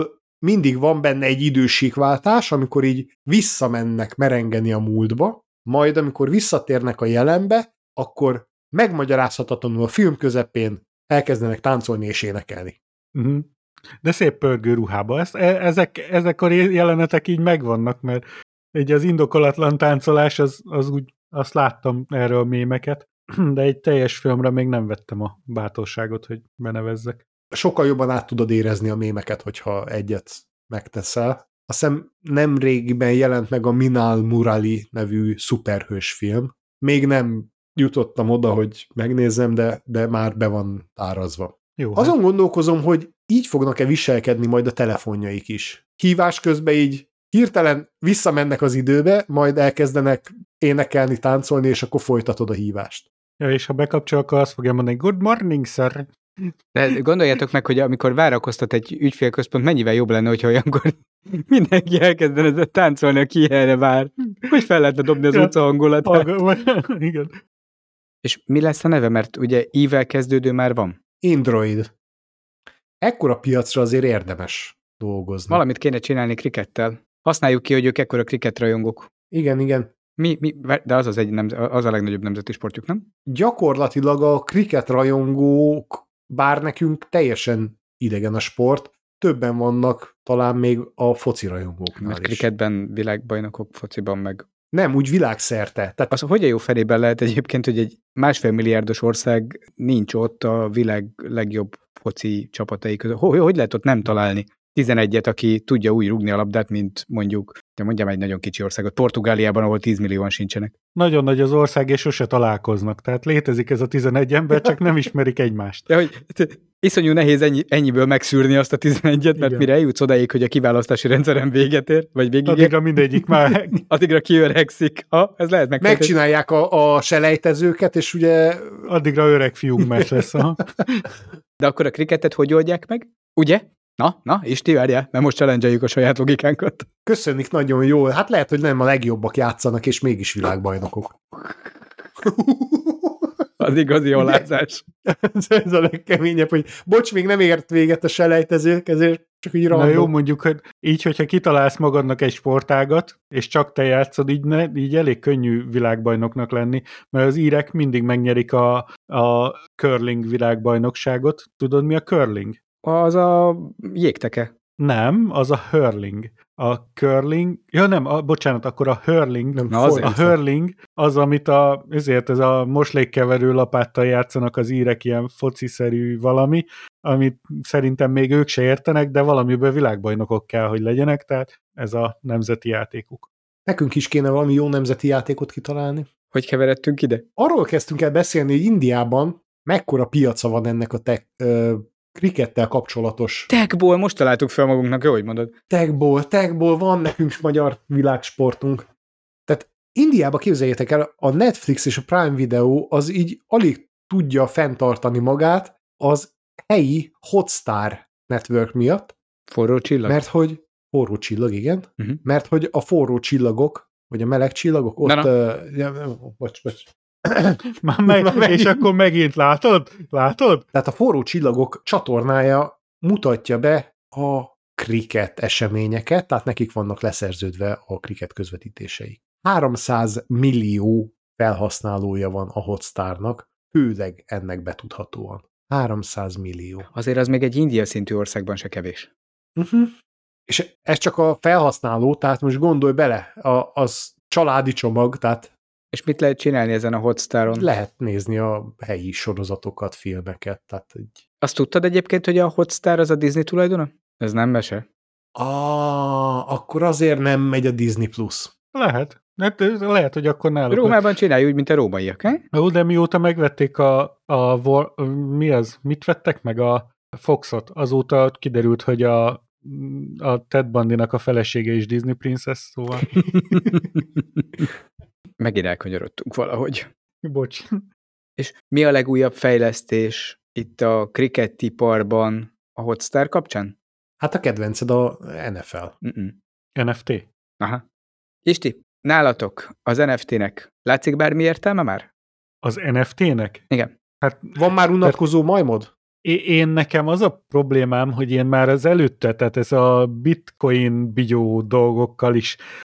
Speaker 2: mindig van benne egy idősíkváltás, amikor így visszamennek merengeni a múltba, majd amikor visszatérnek a jelenbe, akkor megmagyarázhatatlanul a film közepén elkezdenek táncolni és énekelni.
Speaker 3: Uh-huh. De szép pörgő ruhába. Ezt, ezek, ezek a jelenetek így megvannak, mert egy az indokolatlan táncolás, az, az úgy, azt láttam erről a mémeket, de egy teljes filmre még nem vettem a bátorságot, hogy benevezzek.
Speaker 2: Sokkal jobban át tudod érezni a mémeket, hogyha egyet megteszel. Azt hiszem nem régiben jelent meg a Minal Murali nevű szuperhős film. Még nem jutottam oda, hogy megnézzem, de, de már be van árazva.
Speaker 3: Jó,
Speaker 2: Azon
Speaker 3: hát.
Speaker 2: gondolkozom, hogy így fognak-e viselkedni majd a telefonjaik is. Hívás közben így hirtelen visszamennek az időbe, majd elkezdenek énekelni, táncolni, és akkor folytatod a hívást.
Speaker 3: Ja, és ha bekapcsol, akkor azt fogja mondani, good morning, sir.
Speaker 1: De gondoljátok meg, hogy amikor várakoztat egy ügyfélközpont, mennyivel jobb lenne, hogyha olyankor mindenki elkezdene táncolni, aki erre vár. Hogy fel lehetne dobni az
Speaker 3: Ja.
Speaker 1: utca hangulatát.
Speaker 3: Ag- Igen.
Speaker 1: És mi lesz a neve? Mert ugye I-vel kezdődő már van.
Speaker 2: Android. Ekkora piacra azért érdemes dolgozni.
Speaker 1: Valamit kéne csinálni krikettel. Használjuk ki, hogy ők ekkora kriketrajongók.
Speaker 2: Igen, igen.
Speaker 1: Mi, mi, de az, az, egy nemz, az a legnagyobb nemzeti sportjuk, nem?
Speaker 2: Gyakorlatilag a kriket rajongók, bár nekünk teljesen idegen a sport, többen vannak talán még a foci rajongóknál
Speaker 1: Mert
Speaker 2: is.
Speaker 1: kriketben világbajnokok, fociban meg.
Speaker 2: Nem, úgy világszerte. Tehát
Speaker 1: Az, hogy a jó felében lehet egyébként, hogy egy másfél milliárdos ország nincs ott a világ legjobb foci csapatai között. Hogy, hogy lehet ott nem találni tizenegyet, aki tudja úgy rúgni a labdát, mint mondjuk, de mondjam egy nagyon kicsi országot, Portugáliában, ahol tíz millióan sincsenek.
Speaker 3: Nagyon nagy az ország, és sose találkoznak. Tehát létezik ez a tizenegy ember, csak nem ismerik egymást.
Speaker 1: De hogy iszonyú nehéz ennyi, ennyiből megszűrni azt a tizenegyet, mert
Speaker 3: Igen.
Speaker 1: mire eljutsz odáig, hogy a kiválasztási rendszeren véget ér, vagy végig ér,
Speaker 3: Addigra mindegyik már...
Speaker 1: addigra kiöregszik. Ha, ez lehet megtenni.
Speaker 2: megcsinálják a, a selejtezőket, és ugye
Speaker 3: Addigra öreg fiúk mes lesz. Aha.
Speaker 1: De akkor a kriketet hogy oldják meg? Ugye? Na, na, Isti, várjál, mert most challenge-eljük a saját logikánkat.
Speaker 2: köszönjük nagyon jól. Hát lehet, hogy nem a legjobbak játszanak, és mégis világbajnokok.
Speaker 1: Az igazi alázás.
Speaker 2: Ez a legkeményebb, hogy bocs, még nem ért véget a selejtezők, ezért csak így
Speaker 3: Na
Speaker 2: random.
Speaker 3: jó, mondjuk, hogy így, hogyha kitalálsz magadnak egy sportágat, és csak te játszod, így, ne, így elég könnyű világbajnoknak lenni, mert az írek mindig megnyerik a, a curling világbajnokságot. Tudod, mi a curling?
Speaker 1: Az a jégteke.
Speaker 3: Nem, az a hurling. A curling, ja nem, a, bocsánat, akkor a hurling,
Speaker 2: Nem,
Speaker 1: Na, azért.
Speaker 3: a
Speaker 2: fordítva.
Speaker 3: hurling az, amit a, ezért ez a moslékkeverő lapáttal játszanak az írek, ilyen fociszerű valami, amit szerintem még ők se értenek, de valamiből világbajnokok kell, hogy legyenek, tehát ez a nemzeti játékuk.
Speaker 2: Nekünk is kéne valami jó nemzeti játékot kitalálni.
Speaker 1: Hogy keveredtünk ide?
Speaker 2: Arról kezdtünk el beszélni, hogy Indiában mekkora piaca van ennek a tech, ö, krikettel kapcsolatos
Speaker 1: Techból most találtuk fel magunknak, jó, hogy mondod.
Speaker 2: techból, techból van nekünk magyar világsportunk. Tehát Indiában képzeljétek el, a Netflix és a Prime Video az így alig tudja fenntartani magát az helyi Hotstar network miatt,
Speaker 1: Forró csillag?
Speaker 2: mert hogy forró csillag, igen,
Speaker 1: Uh-huh.
Speaker 2: mert hogy a forró csillagok, vagy a meleg csillagok, ott...
Speaker 1: Na, na.
Speaker 2: Uh, ja, bocs, bocs.
Speaker 3: Már meg,
Speaker 2: Na, megint.
Speaker 3: és akkor megint látod? Látod?
Speaker 2: Tehát a forró csillagok csatornája mutatja be a kriket eseményeket, tehát nekik vannak leszerződve a kriket közvetítései. háromszáz millió felhasználója van a Hotstarnak, főleg ennek betudhatóan. háromszáz millió.
Speaker 1: Azért az még egy India szintű országban se kevés.
Speaker 2: Uh-huh. És ez csak a felhasználó, tehát most gondolj bele, a, az családi csomag, tehát
Speaker 1: És mit lehet csinálni ezen a Hotstaron?
Speaker 2: lehet nézni a helyi sorozatokat, filmeket, tehát egy...
Speaker 1: Azt tudtad egyébként, hogy a Hotstar az a Disney tulajdona? Ez nem mese.
Speaker 2: Ah, akkor azért nem megy a Disney Plus.
Speaker 3: Lehet. Hát, lehet, hogy akkor náluk.
Speaker 1: Rómában csinálj úgy, mint a rómaiak, he?
Speaker 3: Jó, de mióta megvették a, a War, mi az? Mit vettek meg? A Foxot. Azóta kiderült, hogy a, a Ted Bundynak a felesége is Disney Princess, szóval.
Speaker 1: Megint elkanyarodtunk valahogy.
Speaker 3: Bocs.
Speaker 1: És mi a legújabb fejlesztés itt a kriketiparban a Hotstar kapcsán?
Speaker 2: Hát a kedvenced a en ef el.
Speaker 1: Mm-mm.
Speaker 3: en ef té.
Speaker 1: Aha. Isti, nálatok az en ef té-nek látszik bármi értelme már?
Speaker 3: Az en ef té-nek?
Speaker 1: Igen.
Speaker 3: Hát
Speaker 2: Van már unatkozó majmod?
Speaker 3: én nekem az a problémám, hogy én már az előtte, tehát ez a bitcoin bigyó dolgokkal is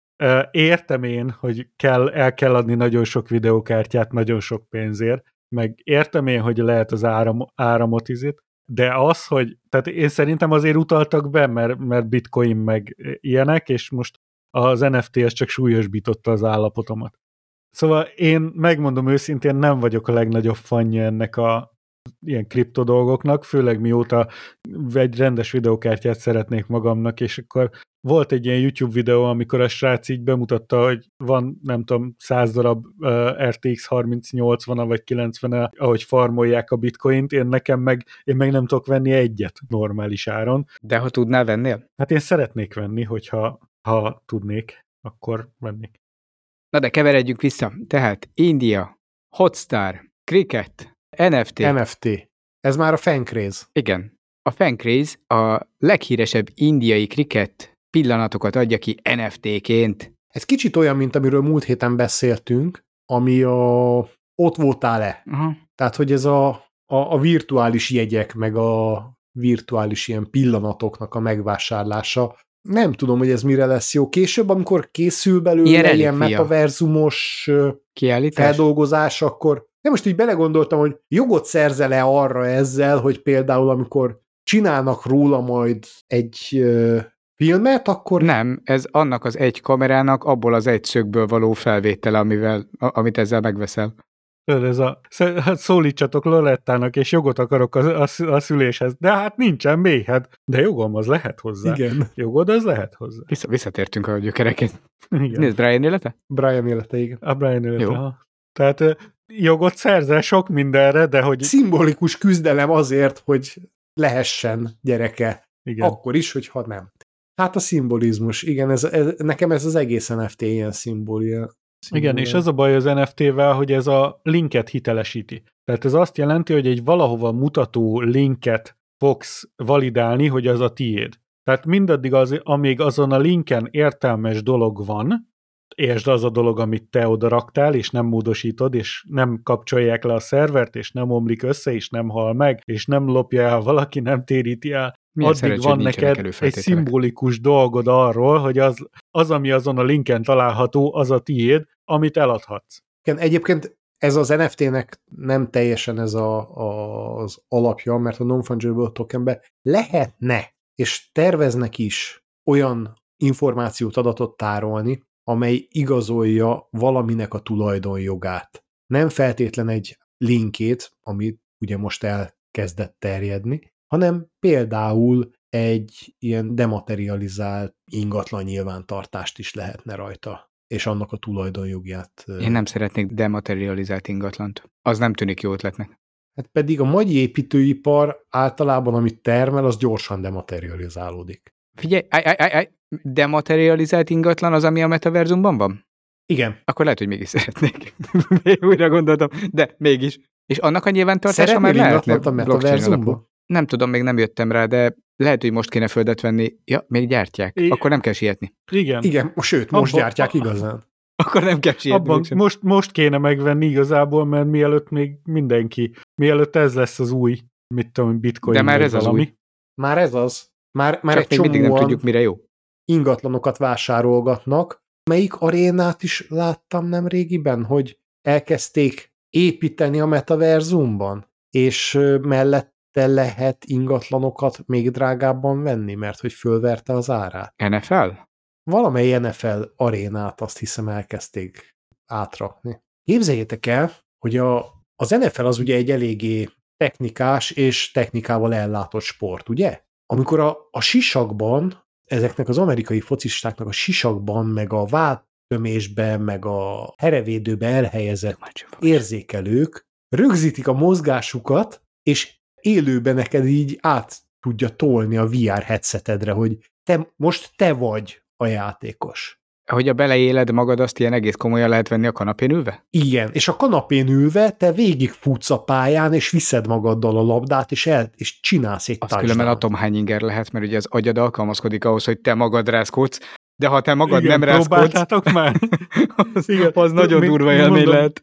Speaker 3: értem én, hogy kell, el kell adni nagyon sok videókártyát nagyon sok pénzért, meg értem én, hogy lehet az áram, áramot izét, de az, hogy, tehát én szerintem azért utaltak be, mert, mert bitcoin meg ilyenek, és most az en ef té az csak súlyosbította az állapotomat. Szóval én megmondom őszintén, nem vagyok a legnagyobb fanja ennek a ilyen kripto dolgoknak, főleg mióta egy rendes videókártyát szeretnék magamnak, és akkor volt egy ilyen YouTube videó, amikor a srác így bemutatta, hogy van, nem tudom, száz darab uh, er té iksz harmincnyolcvan vagy kilencven, ahogy farmolják a bitcoint, én nekem meg, én meg nem tudok venni egyet normális áron.
Speaker 1: De ha tudnál, vennél?
Speaker 3: Hát én szeretnék venni, hogyha ha tudnék, akkor vennék.
Speaker 1: Na de keveredjünk vissza. Tehát India, Hotstar, Cricket, en ef té.
Speaker 2: en ef té. Ez már a fancraze.
Speaker 1: Igen. A fancraze a leghíresebb indiai cricket pillanatokat adja ki en ef té-ként.
Speaker 2: Ez kicsit olyan, mint amiről múlt héten beszéltünk, ami a ott voltál-e.
Speaker 1: Aha.
Speaker 2: Tehát, hogy ez a, a, a virtuális jegyek, meg a virtuális ilyen pillanatoknak a megvásárlása. Nem tudom, hogy ez mire lesz jó. Később, amikor készül belőle ilyen, ilyen metaverzumos
Speaker 1: kiállítás,
Speaker 2: feldolgozás, akkor de most így belegondoltam, hogy jogot szerzel-e arra ezzel, hogy például amikor csinálnak róla majd egy ö, filmet, akkor...
Speaker 1: Nem, ez annak az egy kamerának abból az egy szögből való felvétele, amivel, amit ezzel megveszel.
Speaker 3: Ez a, szólítsatok Lorettának, és jogot akarok a, a, a szüléshez. De hát nincsen méhed. De jogom az lehet hozzá.
Speaker 2: Igen.
Speaker 3: Jogod az lehet hozzá.
Speaker 1: Vissza, visszatértünk a gyökereket.
Speaker 3: Igen.
Speaker 1: Nézd, Brian élete?
Speaker 2: Brian élete, igen.
Speaker 3: A Brian élete,
Speaker 1: Jó.
Speaker 3: ha. Tehát jogot szerzel sok mindenre, de hogy...
Speaker 2: Szimbolikus küzdelem azért, hogy lehessen gyereke.
Speaker 3: Igen.
Speaker 2: Akkor is, hogyha nem. Hát a szimbolizmus, igen, ez, ez, nekem ez az egész en ef té ilyen szimbólia.
Speaker 3: Igen, és az a baj az en ef té-vel, hogy ez a linket hitelesíti. Tehát ez azt jelenti, hogy egy valahova mutató linket fogsz validálni, hogy az a tiéd. Tehát mindaddig, az, amíg azon a linken értelmes dolog van, értsd az a dolog, amit te oda raktál, és nem módosítod, és nem kapcsolják le a szervert, és nem omlik össze, és nem hal meg, és nem lopja el valaki, nem téríti el.
Speaker 1: Milyen
Speaker 3: addig van neked egy szimbolikus dolgod arról, hogy az, az, ami azon a linken található, az a tiéd, amit eladhatsz.
Speaker 2: Igen, egyébként ez az en ef té-nek nem teljesen ez a, a, az alapja, mert a non-fungible tokenbe lehetne, és terveznek is olyan információt, adatot tárolni, amely igazolja valaminek a tulajdonjogát. Nem feltétlen egy linkét, ami ugye most elkezdett terjedni, hanem például egy ilyen dematerializált ingatlan nyilvántartást is lehetne rajta, és annak a tulajdonjogját.
Speaker 1: Én nem szeretnék dematerializált ingatlant. Az nem tűnik jó ötletnek.
Speaker 2: Hát pedig a mai építőipar általában, amit termel, az gyorsan dematerializálódik.
Speaker 1: Figyelj, áj, áj, áj, áj, dematerializált ingatlan az, ami a metaverzumban van?
Speaker 2: Igen.
Speaker 1: Akkor lehet, hogy mégis szeretnék. Újra gondoltam, de mégis. És annak a nyilvántartása már lehetne
Speaker 2: a metaverzumban?
Speaker 1: Nem tudom, még nem jöttem rá, de lehet, hogy most kéne földet venni. Ja, még gyártják.
Speaker 3: I-
Speaker 1: Akkor nem kell sietni.
Speaker 3: Igen.
Speaker 2: Igen, sőt, most
Speaker 3: Abba,
Speaker 2: gyártják igazán.
Speaker 1: Akkor nem kell sietni.
Speaker 3: Abban most, most kéne megvenni igazából, mert mielőtt még mindenki, mielőtt ez lesz az új, mit tudom, bitcoin.
Speaker 1: De már ez valami. Az új.
Speaker 2: Már ez az. Már, már
Speaker 1: Csak
Speaker 2: egy
Speaker 1: még mindig nem tudjuk, mire jó.
Speaker 2: Ingatlanokat vásárolgatnak. Melyik arénát is láttam nem régiben, hogy elkezdték építeni a metaverzumban, és mellette lehet ingatlanokat még drágábban venni, mert hogy fölverte az árát.
Speaker 1: en ef el?
Speaker 2: Valamely en ef el arénát azt hiszem elkezdték átrakni. Képzeljétek el, hogy a, az en ef el az ugye egy eléggé technikás és technikával ellátott sport, ugye? Amikor a, a sisakban, ezeknek az amerikai focistáknak a sisakban, meg a vádtömésben, meg a herevédőben elhelyezett érzékelők rögzítik a mozgásukat, és élőben neked így át tudja tolni a vé er headsetedre, hogy te, most te vagy a játékos.
Speaker 1: Hogy a beleéled magad, azt ilyen egész komolyan lehet venni a kanapén ülve?
Speaker 2: Igen, és a kanapén ülve te végigfutsz a pályán, és viszed magaddal a labdát, és, el, és csinálsz egy
Speaker 1: touchdown. Az különben atomhányinger lehet, mert ugye az agyad alkalmazkodik ahhoz, hogy te magad rázkódsz, de ha te magad
Speaker 3: igen,
Speaker 1: nem rázkódsz,
Speaker 3: már?
Speaker 1: az, igen, az nagyon
Speaker 3: mi,
Speaker 1: durva élmény lehet.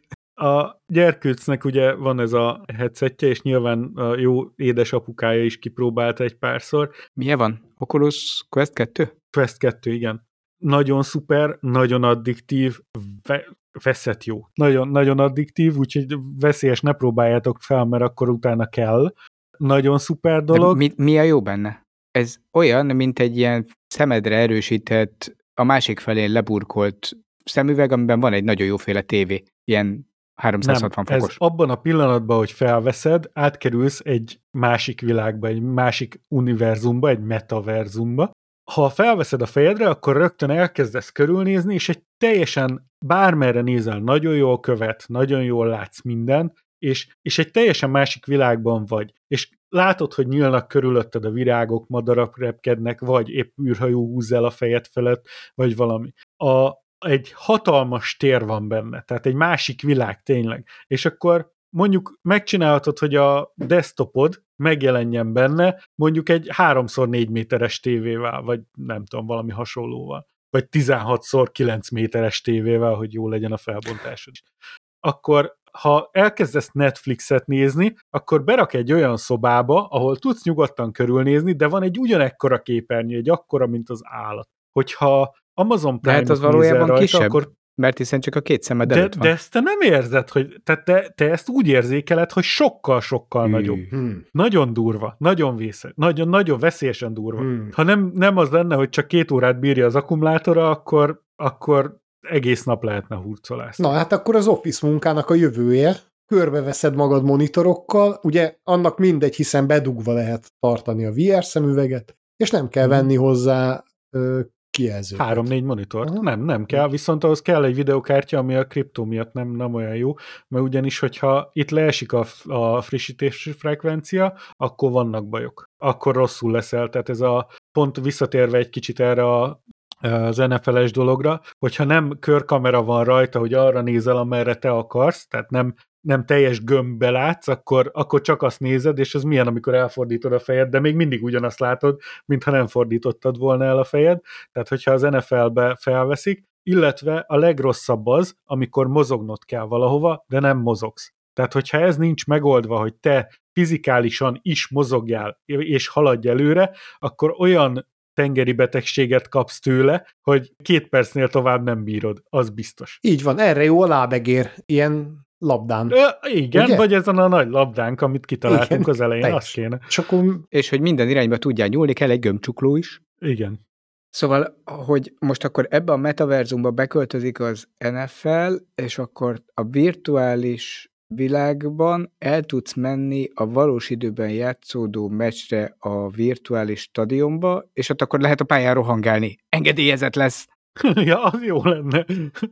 Speaker 3: A gyerkőcnek ugye van ez a headsetje, és nyilván a jó édesapukája is kipróbálta egy párszor.
Speaker 1: Milyen van? Oculus Quest kettő?
Speaker 3: Quest kettő, igen. Nagyon szuper, nagyon addiktív, ve- veszett jó. Nagyon, nagyon addiktív, úgyhogy veszélyes, ne próbáljátok fel, mert akkor utána kell. Nagyon szuper dolog.
Speaker 1: Mi, mi a jó benne? Ez olyan, mint egy ilyen szemedre erősített, a másik felén leburkolt szemüveg, amiben van egy nagyon jóféle tévé. Ilyen háromszázhatvan
Speaker 3: Nem,
Speaker 1: fokos.
Speaker 3: ez abban a pillanatban, hogy felveszed, átkerülsz egy másik világba, egy másik univerzumba, egy metaverzumba. Ha felveszed a fejedre, akkor rögtön elkezdesz körülnézni, és egy teljesen bármerre nézel, nagyon jól követ, nagyon jól látsz mindent, és, és egy teljesen másik világban vagy. És látod, hogy nyílnak körülötted a virágok, madarak repkednek, vagy épp űrhajó húz el a fejed felett, vagy valami. A egy hatalmas tér van benne, tehát egy másik világ tényleg. És akkor mondjuk megcsinálhatod, hogy a desktopod megjelenjen benne mondjuk egy háromszor négy méteres tévével, vagy nem tudom, valami hasonlóval. Vagy tizenhatszor kilenc méteres tévével, hogy jó legyen a felbontásod. Akkor ha elkezdesz Netflixet nézni, akkor berak egy olyan szobába, ahol tudsz nyugodtan körülnézni, de van egy ugyanekkora képernyő, egy akkora, mint az állat. Hogyha Amazon
Speaker 1: De hát
Speaker 3: Prime-ot
Speaker 1: az
Speaker 3: nézel
Speaker 1: valójában
Speaker 3: rajta,
Speaker 1: kisebb,
Speaker 3: akkor
Speaker 1: mert hiszen csak a két szemed
Speaker 3: de,
Speaker 1: előtt van.
Speaker 3: de ezt te nem érzed, hogy tehát te, te ezt úgy érzékeled, hogy sokkal-sokkal
Speaker 1: Hű.
Speaker 3: nagyobb.
Speaker 2: Hmm.
Speaker 3: Nagyon durva, nagyon vészes, nagyon, nagyon veszélyesen durva.
Speaker 2: Hmm.
Speaker 3: Ha nem, nem az lenne, hogy csak két órát bírja az akkumulátora, akkor, akkor egész nap lehetne hurcolászni.
Speaker 2: Na hát akkor az office munkának a jövője, körbeveszed magad monitorokkal, ugye annak mindegy, hiszen bedugva lehet tartani a vé er szemüveget, és nem kell
Speaker 3: Mhm.
Speaker 2: venni hozzá ö, kijelzőket.
Speaker 3: Három-négy monitort?
Speaker 2: Aha.
Speaker 3: Nem, nem kell, viszont ahhoz kell egy videokártya, ami a kriptó miatt nem, nem olyan jó, mert ugyanis, hogyha itt leesik a, a frissítési frekvencia, akkor vannak bajok. Akkor rosszul leszel, tehát ez a pont visszatérve egy kicsit erre a az en ef el-es dologra, hogyha nem körkamera van rajta, hogy arra nézel, amerre te akarsz, tehát nem, nem teljes gömbbe látsz, akkor, akkor csak azt nézed, és ez milyen, amikor elfordítod a fejed, de még mindig ugyanazt látod, mintha nem fordítottad volna el a fejed. Tehát, hogyha az en ef el-be felveszik, illetve a legrosszabb az, amikor mozognod kell valahova, de nem mozogsz. Tehát, hogyha ez nincs megoldva, hogy te fizikálisan is mozogjál, és haladj előre, akkor olyan tengeri betegséget kapsz tőle, hogy két percnél tovább nem bírod, az biztos.
Speaker 2: Így van, erre jó a lábegér, ilyen labdán.
Speaker 3: Ö, igen,
Speaker 2: Ugye?
Speaker 3: vagy ezen a nagy labdánk, amit kitaláltunk
Speaker 2: Igen,
Speaker 3: az elején,
Speaker 2: teljes.
Speaker 3: azt kéne.
Speaker 2: És akkor
Speaker 1: És hogy minden irányba tudjál nyúlni, kell egy gömbcsukló is.
Speaker 3: Igen.
Speaker 1: Szóval, hogy most akkor ebbe a metaverzumba beköltözik az en ef el, és akkor a virtuális világban el tudsz menni a valós időben játszódó meccsre a virtuális stadionba, és ott akkor lehet a pályán rohangálni. Engedélyezett lesz,
Speaker 3: Ja, az jó lenne.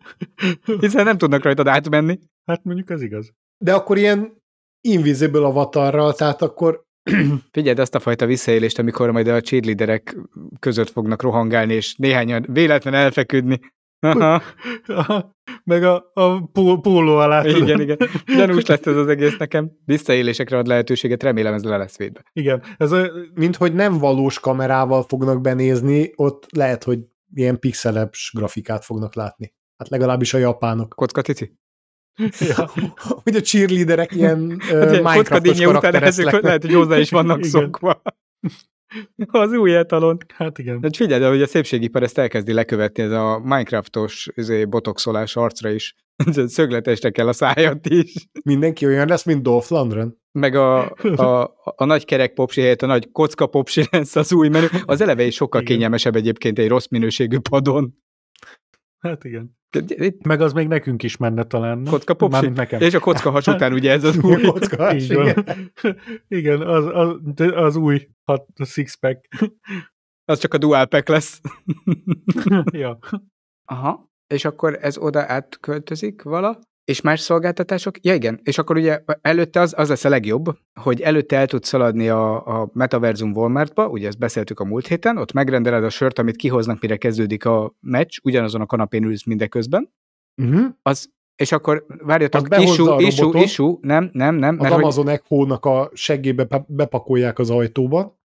Speaker 1: hiszen nem tudnak rajtad átmenni.
Speaker 3: Hát mondjuk ez igaz.
Speaker 2: de akkor ilyen invisible avatarral, tehát akkor
Speaker 1: Figyeld azt a fajta visszaélést, amikor majd a cheerleaderek között fognak rohangálni, és néhányan véletlen elfeküdni. Aha.
Speaker 3: Meg a, a pó- póló alá. tudod.
Speaker 1: Igen, igen. Gyanús lett ez az egész nekem. Visszaélésekre ad lehetőséget, remélem ez le lesz védve.
Speaker 3: Igen. Ez a,
Speaker 2: mint hogy nem valós kamerával fognak benézni, ott lehet, hogy ilyen pixeles grafikát fognak látni. Hát legalábbis a japánok.
Speaker 1: Kocka cici?
Speaker 3: ja,
Speaker 2: Hogy a cheerleaderek ilyen uh,
Speaker 1: Hát, kocka
Speaker 2: Minecraftos
Speaker 1: dinnye után
Speaker 2: karakterek
Speaker 1: ezek
Speaker 2: lesznek.
Speaker 1: lehet, hogy hozzá is vannak
Speaker 3: Igen.
Speaker 1: szokva. Az új etalon.
Speaker 3: hát igen.
Speaker 1: De figyeld el, hogy a szépségipar ezt elkezdi lekövetni, ez a Minecraftos izé, botoxolás arcra is. Szögletesre kell a szájat is.
Speaker 2: Mindenki olyan lesz, mint Dolph Lundgren.
Speaker 1: Meg a, a, a nagy kerek popsi helyett a nagy kocka popsi lesz az új menü. Az eleve is sokkal
Speaker 3: Igen.
Speaker 1: kényelmesebb egyébként egy rossz minőségű padon.
Speaker 3: Hát igen.
Speaker 1: Itt
Speaker 3: Meg az még nekünk is menne talán. nem?
Speaker 1: kocka popsi.
Speaker 3: Mármint nekem.
Speaker 1: És a kocka has után ugye ez az új.
Speaker 2: Kocka,
Speaker 3: Így van.
Speaker 2: igen.
Speaker 3: Igen, az, az, az új hat, a six-pack.
Speaker 1: Az csak a dual pack lesz.
Speaker 3: ja.
Speaker 1: Aha. És akkor ez oda átköltözik vala? És más szolgáltatások? Ja igen, és akkor ugye előtte az, az lesz a legjobb, hogy előtte el tudsz szaladni a, a Metaversum Walmartba, ugye ezt beszéltük a múlt héten, ott megrendeled a sört, amit kihoznak, mire kezdődik a meccs, ugyanazon a kanapén ülsz mindeközben,
Speaker 2: Uh-huh.
Speaker 1: az, és akkor várjatok,
Speaker 2: Az behozza
Speaker 1: issue,
Speaker 2: a
Speaker 1: issue,
Speaker 2: robotot.
Speaker 1: issue, nem, nem, nem,
Speaker 2: Az
Speaker 1: mert hogy,
Speaker 2: Amazon Echo-nak a seggébe pe- bepakolják az ajtóba.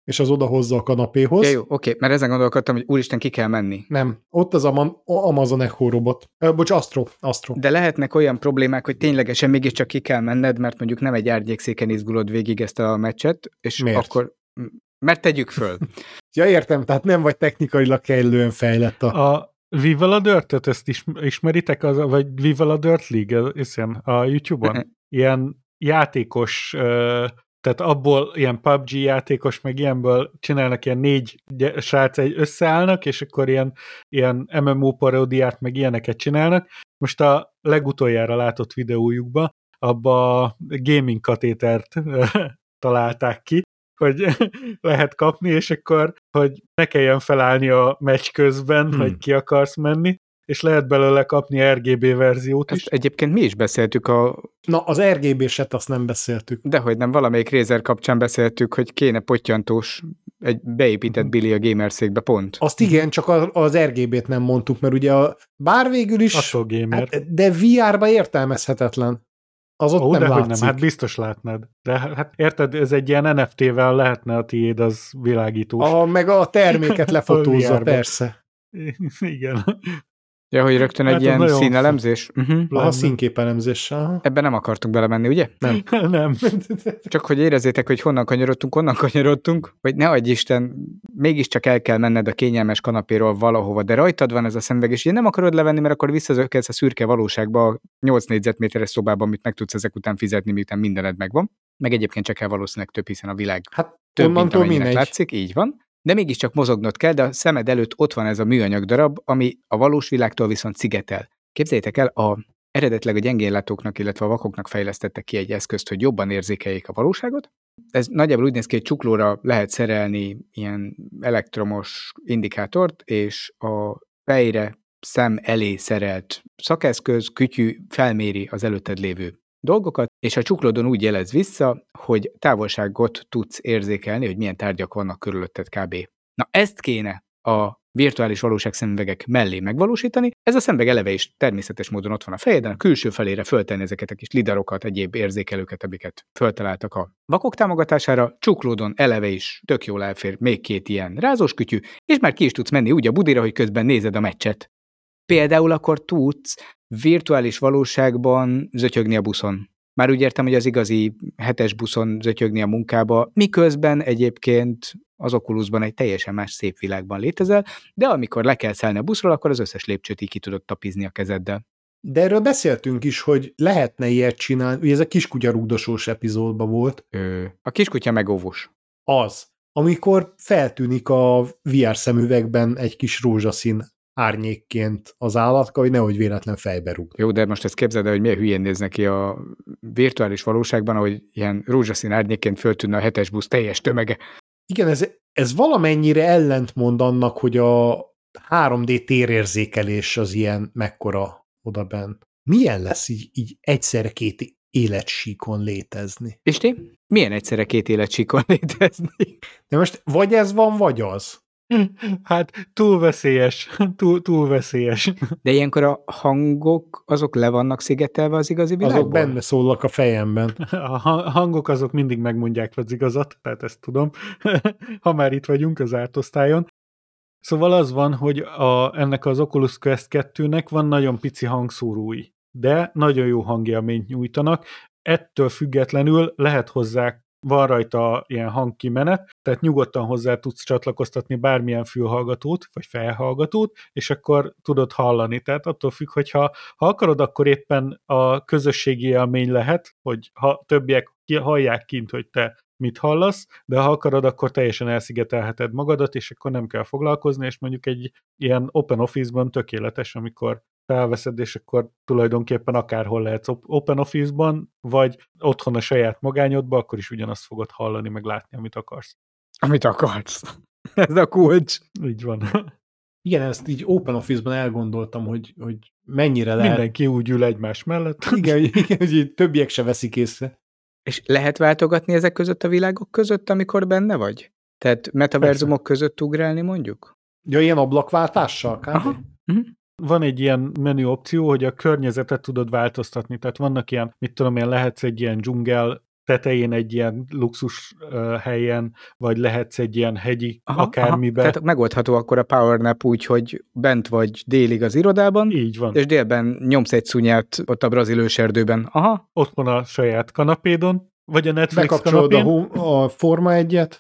Speaker 2: és az odahozza a kanapéhoz.
Speaker 1: Ja, jó, oké, mert ezen gondolkodtam, hogy úristen, ki kell menni.
Speaker 2: Nem, ott az a Amazon Echo robot. Ö, bocs, Astro. Astro.
Speaker 1: De lehetnek olyan problémák, hogy ténylegesen mégiscsak ki kell menned, mert mondjuk nem egy árnyékszéken izgulod végig ezt a meccset, és
Speaker 2: Miért?
Speaker 1: akkor... Mert tegyük föl.
Speaker 2: Ja, értem, tehát nem vagy technikailag kellően fejlett a...
Speaker 3: A Viva la Dirt-et, ezt is, ismeritek, az, vagy Viva la Dirt League, hiszem, a YouTube-on? Ilyen játékos, tehát abból ilyen pé u bé gé játékos, meg ilyenből csinálnak ilyen négy srác egy összeállnak, és akkor ilyen, ilyen em em o paródiát, meg ilyeneket csinálnak. Most a legutoljára látott videójukban abba a gaming katétert találták ki, hogy lehet kapni, és akkor, hogy ne kelljen felállni a meccs közben, hmm. hogy ki akarsz menni, és lehet belőle kapni er gé bé verziót is.
Speaker 1: Ezt egyébként mi is beszéltük a...
Speaker 2: Na, az er gé bé-set azt nem beszéltük.
Speaker 1: Dehogy nem, valamelyik Razer kapcsán beszéltük, hogy kéne pottyantós, egy beépített Billy a gamerszékbe, pont.
Speaker 2: Azt igen, csak az er gé bé-t nem mondtuk, mert ugye a, bár végül is...
Speaker 3: Attól gamer.
Speaker 2: Hát, de vé er-ba értelmezhetetlen. Az ott
Speaker 3: Ó,
Speaker 2: nem
Speaker 3: de
Speaker 2: látszik.
Speaker 3: hogy nem, hát biztos látnád. De hát érted, ez egy ilyen en ef té-vel lehetne a tiéd, az világítós.
Speaker 2: A, meg a terméket lefotózza, persze.
Speaker 3: Igen.
Speaker 1: Ja, hogy rögtön egy
Speaker 3: hát
Speaker 1: ilyen színelemzés? Uh-huh.
Speaker 2: A színképelemzés. Aha.
Speaker 1: Ebben nem akartunk belemenni, ugye?
Speaker 2: Nem.
Speaker 3: nem.
Speaker 1: Csak hogy érezzétek, hogy honnan kanyarodtunk, honnan kanyarodtunk, hogy ne adj Isten, mégiscsak el kell menned a kényelmes kanapéról valahova, de rajtad van ez a szemüveg, és nem akarod levenni, mert akkor visszazökkelsz a szürke valóságba a nyolc négyzetméteres szobában, amit meg tudsz ezek után fizetni, miután mindened megvan. Meg egyébként csak kell valószínűleg több, hiszen a világ
Speaker 2: hát,
Speaker 1: több, mint amennyinek látszik, így van. De mégiscsak mozognod kell, de a szemed előtt ott van ez a műanyag darab, ami a valós világtól viszont szigetel. Képzeljétek el, a, eredetileg a gyengénlátóknak, illetve a vakoknak fejlesztettek ki egy eszközt, hogy jobban érzékeljék a valóságot. Ez nagyjából úgy néz ki, hogy csuklóra lehet szerelni ilyen elektromos indikátort, és a fejre, szem elé szerelt szakeszköz, kütyű felméri az előtted lévő dolgokat, és a csuklódon úgy jelez vissza, hogy távolságot tudsz érzékelni, hogy milyen tárgyak vannak körülötted kb. Na ezt kéne a virtuális valóságszemüvegek mellé megvalósítani. Ez a szemüveg eleve is természetes módon ott van a fejeden, a külső felére föltenni ezeket a kis lidarokat, egyéb érzékelőket, amiket föltaláltak a vakok támogatására. Csuklódon eleve is tök jól elfér még két ilyen rázós kütyű, és már ki is tudsz menni úgy a budira, hogy közben nézed a meccset. Például akkor tudsz virtuális valóságban zötyögni a buszon. Már úgy értem, hogy az igazi hetes buszon zötyögni a munkába, miközben egyébként az Oculusban egy teljesen más szép világban létezel, de amikor le kell szállni a buszról, akkor az összes lépcsőt így ki tudod tapizni a kezeddel.
Speaker 2: De erről beszéltünk is, hogy lehetne ilyet csinálni, ugye ez a kiskutya rúgdosós epizódban volt.
Speaker 1: Ö, a kiskutya megóvos.
Speaker 2: Az. Amikor feltűnik a vé er szemüvegben egy kis rózsaszín árnyékként az állatka, hogy nehogy véletlen fejbe rúg.
Speaker 1: Jó, de most ezt képzeld el, hogy milyen hülyén néz neki a virtuális valóságban, ahogy ilyen rózsaszín árnyékként föltűnne a hetes busz teljes tömege.
Speaker 2: Igen, ez, ez valamennyire ellentmond annak, hogy a három dé térérzékelés az ilyen mekkora odabenn. Milyen lesz így, így egyszerre két életsíkon létezni?
Speaker 1: És ti? Milyen egyszerre két életsíkon létezni?
Speaker 2: De most vagy ez van, vagy az.
Speaker 3: Hát túl veszélyes, túl, túl veszélyes.
Speaker 1: De ilyenkor a hangok, azok le vannak szigetelve az igazi világból?
Speaker 2: Azok benne szólnak a fejemben.
Speaker 3: A hangok azok mindig megmondják az igazat, tehát ezt tudom, ha már itt vagyunk az ártosztályon. Szóval az van, hogy a, ennek az Oculus Quest kettőnek van nagyon pici hangszórói, de nagyon jó hangélményt nyújtanak. Ettől függetlenül lehet hozzá, van rajta ilyen hangkimenet, tehát nyugodtan hozzá tudsz csatlakoztatni bármilyen fülhallgatót, vagy felhallgatót, és akkor tudod hallani. Tehát attól függ, hogy ha, ha akarod, akkor éppen a közösségi élmény lehet, hogy ha többiek hallják kint, hogy te mit hallasz, de ha akarod, akkor teljesen elszigetelheted magadat, és akkor nem kell foglalkozni, és mondjuk egy ilyen Open Office-ban tökéletes, amikor felveszed, és akkor tulajdonképpen akárhol lehetsz Open Office-ban, vagy otthon a saját magányodban, akkor is ugyanazt fogod hallani, meg látni, amit akarsz.
Speaker 1: Amit akarsz. Ez a kulcs.
Speaker 3: Így van.
Speaker 2: Igen, ezt így Open Office-ban elgondoltam, hogy, hogy mennyire lehet.
Speaker 3: Mindenki úgy ül egymás mellett.
Speaker 2: Igen, igen, hogy így többiek se veszik észre.
Speaker 1: És lehet váltogatni ezek között a világok között, amikor benne vagy? Tehát metaverzumok Persze. között ugrálni mondjuk?
Speaker 2: Ja, ilyen ablakváltással?
Speaker 1: Uh-huh.
Speaker 3: Van egy ilyen menü opció, hogy a környezetet tudod változtatni, tehát vannak ilyen, mit tudom én, lehetsz egy ilyen dzsungel tetején egy ilyen luxus uh, helyen, vagy lehetsz egy ilyen hegyi
Speaker 1: aha,
Speaker 3: akármibe.
Speaker 1: Aha. Tehát megoldható akkor a power nap úgy, hogy bent vagy délig az irodában,
Speaker 3: így van.
Speaker 1: és délben nyomsz egy szunyát ott a brazil őserdőben. Aha.
Speaker 3: Ott van a saját kanapédon, vagy a Netflix
Speaker 2: Bekapcsolod
Speaker 3: kanapén.
Speaker 2: a, home, a Forma egyet.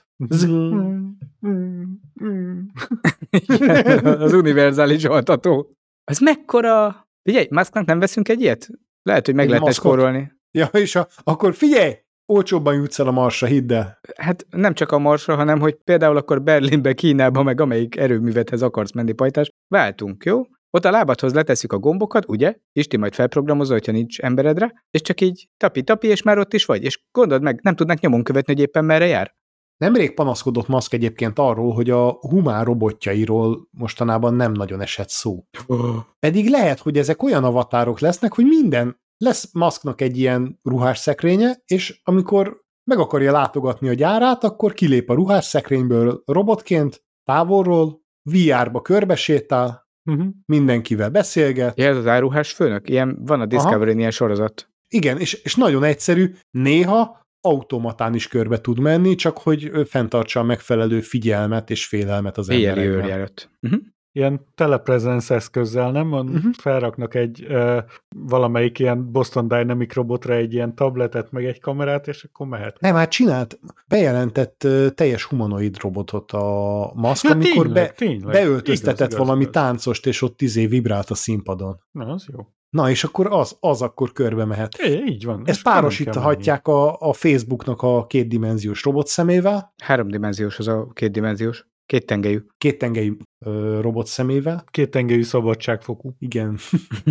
Speaker 1: Az univerzális altató. Az mekkora... Figyelj, Musknak nem veszünk egy ilyet? Lehet, hogy meg
Speaker 2: Egy
Speaker 1: lehetne
Speaker 2: maszkot?
Speaker 1: spórolni.
Speaker 2: Ja, és a, akkor figyelj! Olcsóbban jutsz el a Marsra, hidd el.
Speaker 1: Hát nem csak a Marsra, hanem hogy például akkor Berlinbe, Kínába, meg amelyik erőművethez akarsz menni, pajtás, váltunk, jó? Ott a lábadhoz letesszük a gombokat, ugye? Isti majd felprogramozza, hogyha nincs emberedre, és csak így tapi-tapi, és már ott is vagy. És gondold meg, nem tudnak nyomon követni, hogy éppen merre jár.
Speaker 2: Nemrég panaszkodott Musk egyébként arról, hogy a humán robotjairól mostanában nem nagyon esett szó.
Speaker 1: Oh.
Speaker 2: Pedig lehet, hogy ezek olyan avatárok lesznek, hogy minden lesz Musknak egy ilyen ruhásszekrénye, és amikor meg akarja látogatni a gyárát, akkor kilép a ruhásszekrényből robotként, távolról, vé er-ba körbesétál, uh-huh. mindenkivel beszélget.
Speaker 1: Ja, ez az áruhás főnök? Ilyen, van a Discovery-n ilyen sorozat.
Speaker 2: Igen, és, és nagyon egyszerű, néha automatán is körbe tud menni, csak hogy fenntartsa a megfelelő figyelmet és félelmet az
Speaker 1: éjjeli
Speaker 2: emberekben.
Speaker 1: őrjel előtt. Uh-huh.
Speaker 3: Ilyen telepresence eszközzel, nem? Uh-huh. Felraknak egy uh, valamelyik ilyen Boston Dynamic robotra egy ilyen tabletet, meg egy kamerát, és akkor mehet.
Speaker 2: Nem, hát csinált, bejelentett uh, teljes humanoid robotot a Musk,
Speaker 3: ja,
Speaker 2: amikor
Speaker 3: tényleg,
Speaker 2: be,
Speaker 3: tényleg.
Speaker 2: beöltöztetett
Speaker 3: igaz,
Speaker 2: valami
Speaker 3: igaz.
Speaker 2: táncost, és ott izé vibrált a színpadon.
Speaker 3: Na, az jó.
Speaker 2: Na, és akkor az, az akkor körbe mehet.
Speaker 3: É, így van.
Speaker 2: Ezt párosíthatják a, a Facebooknak a kétdimenziós robotszemével.
Speaker 1: Háromdimenziós az a kétdimenziós. Kéttengelyű.
Speaker 2: Kéttengelyű ö, robotszemével.
Speaker 3: Kéttengelyű szabadságfokú.
Speaker 2: Igen.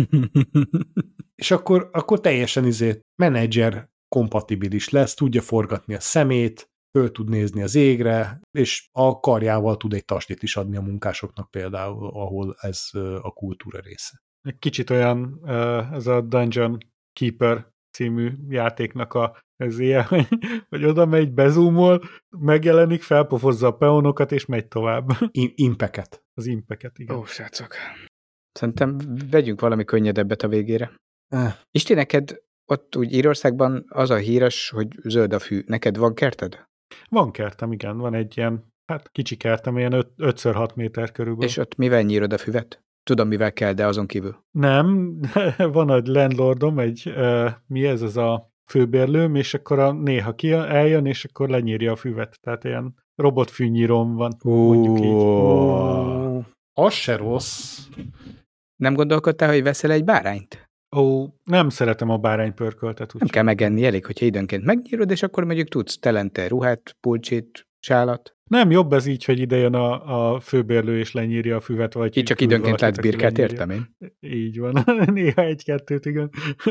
Speaker 2: És akkor, akkor teljesen izé menedzser kompatibilis lesz, tudja forgatni a szemét, föl tud nézni az égre, és a karjával tud egy tasdit is adni a munkásoknak például, ahol ez a kultúra része.
Speaker 3: Egy kicsit olyan ez a Dungeon Keeper című játéknak a ez ilyen, hogy, hogy oda megy, bezúmol, megjelenik, felpofozza a peonokat, és megy tovább.
Speaker 2: I- impeket.
Speaker 3: Az impeket, igen.
Speaker 1: Ó, srácok. Szerintem vegyünk valami könnyedebbet a végére.
Speaker 2: Eh.
Speaker 1: Isti, neked ott úgy Írországban az a híres, hogy zöld a fű. Neked van kerted?
Speaker 3: Van kertem, igen. Van egy ilyen, hát kicsi kertem, ilyen öt hat méter körülbelül.
Speaker 1: És ott mivel nyírod a füvet? Tudom, mivel kell, de azon kívül.
Speaker 3: Nem, van egy landlordom, egy, uh, mi ez, az a főbérlőm, és akkor a, néha ki eljön, és akkor lenyírja a füvet. Tehát ilyen robotfűnyírom van,
Speaker 1: Ó,
Speaker 3: mondjuk így.
Speaker 2: Ó, az se rossz.
Speaker 1: Nem gondolkodtál, hogy veszel egy bárányt?
Speaker 3: Ó, nem szeretem a báránypörköltet.
Speaker 1: Nem kell megenni, elég, hogyha időnként megnyírod, és akkor mondjuk tudsz telente ruhát, pulcsit, sálat.
Speaker 3: Nem, jobb ez így, hogy ide jön a, a főbérlő, és lenyírja a füvet, vagy...
Speaker 1: Így csak időnként látsz birkát, értem én.
Speaker 3: Így van. Néha egy-kettőt, igen.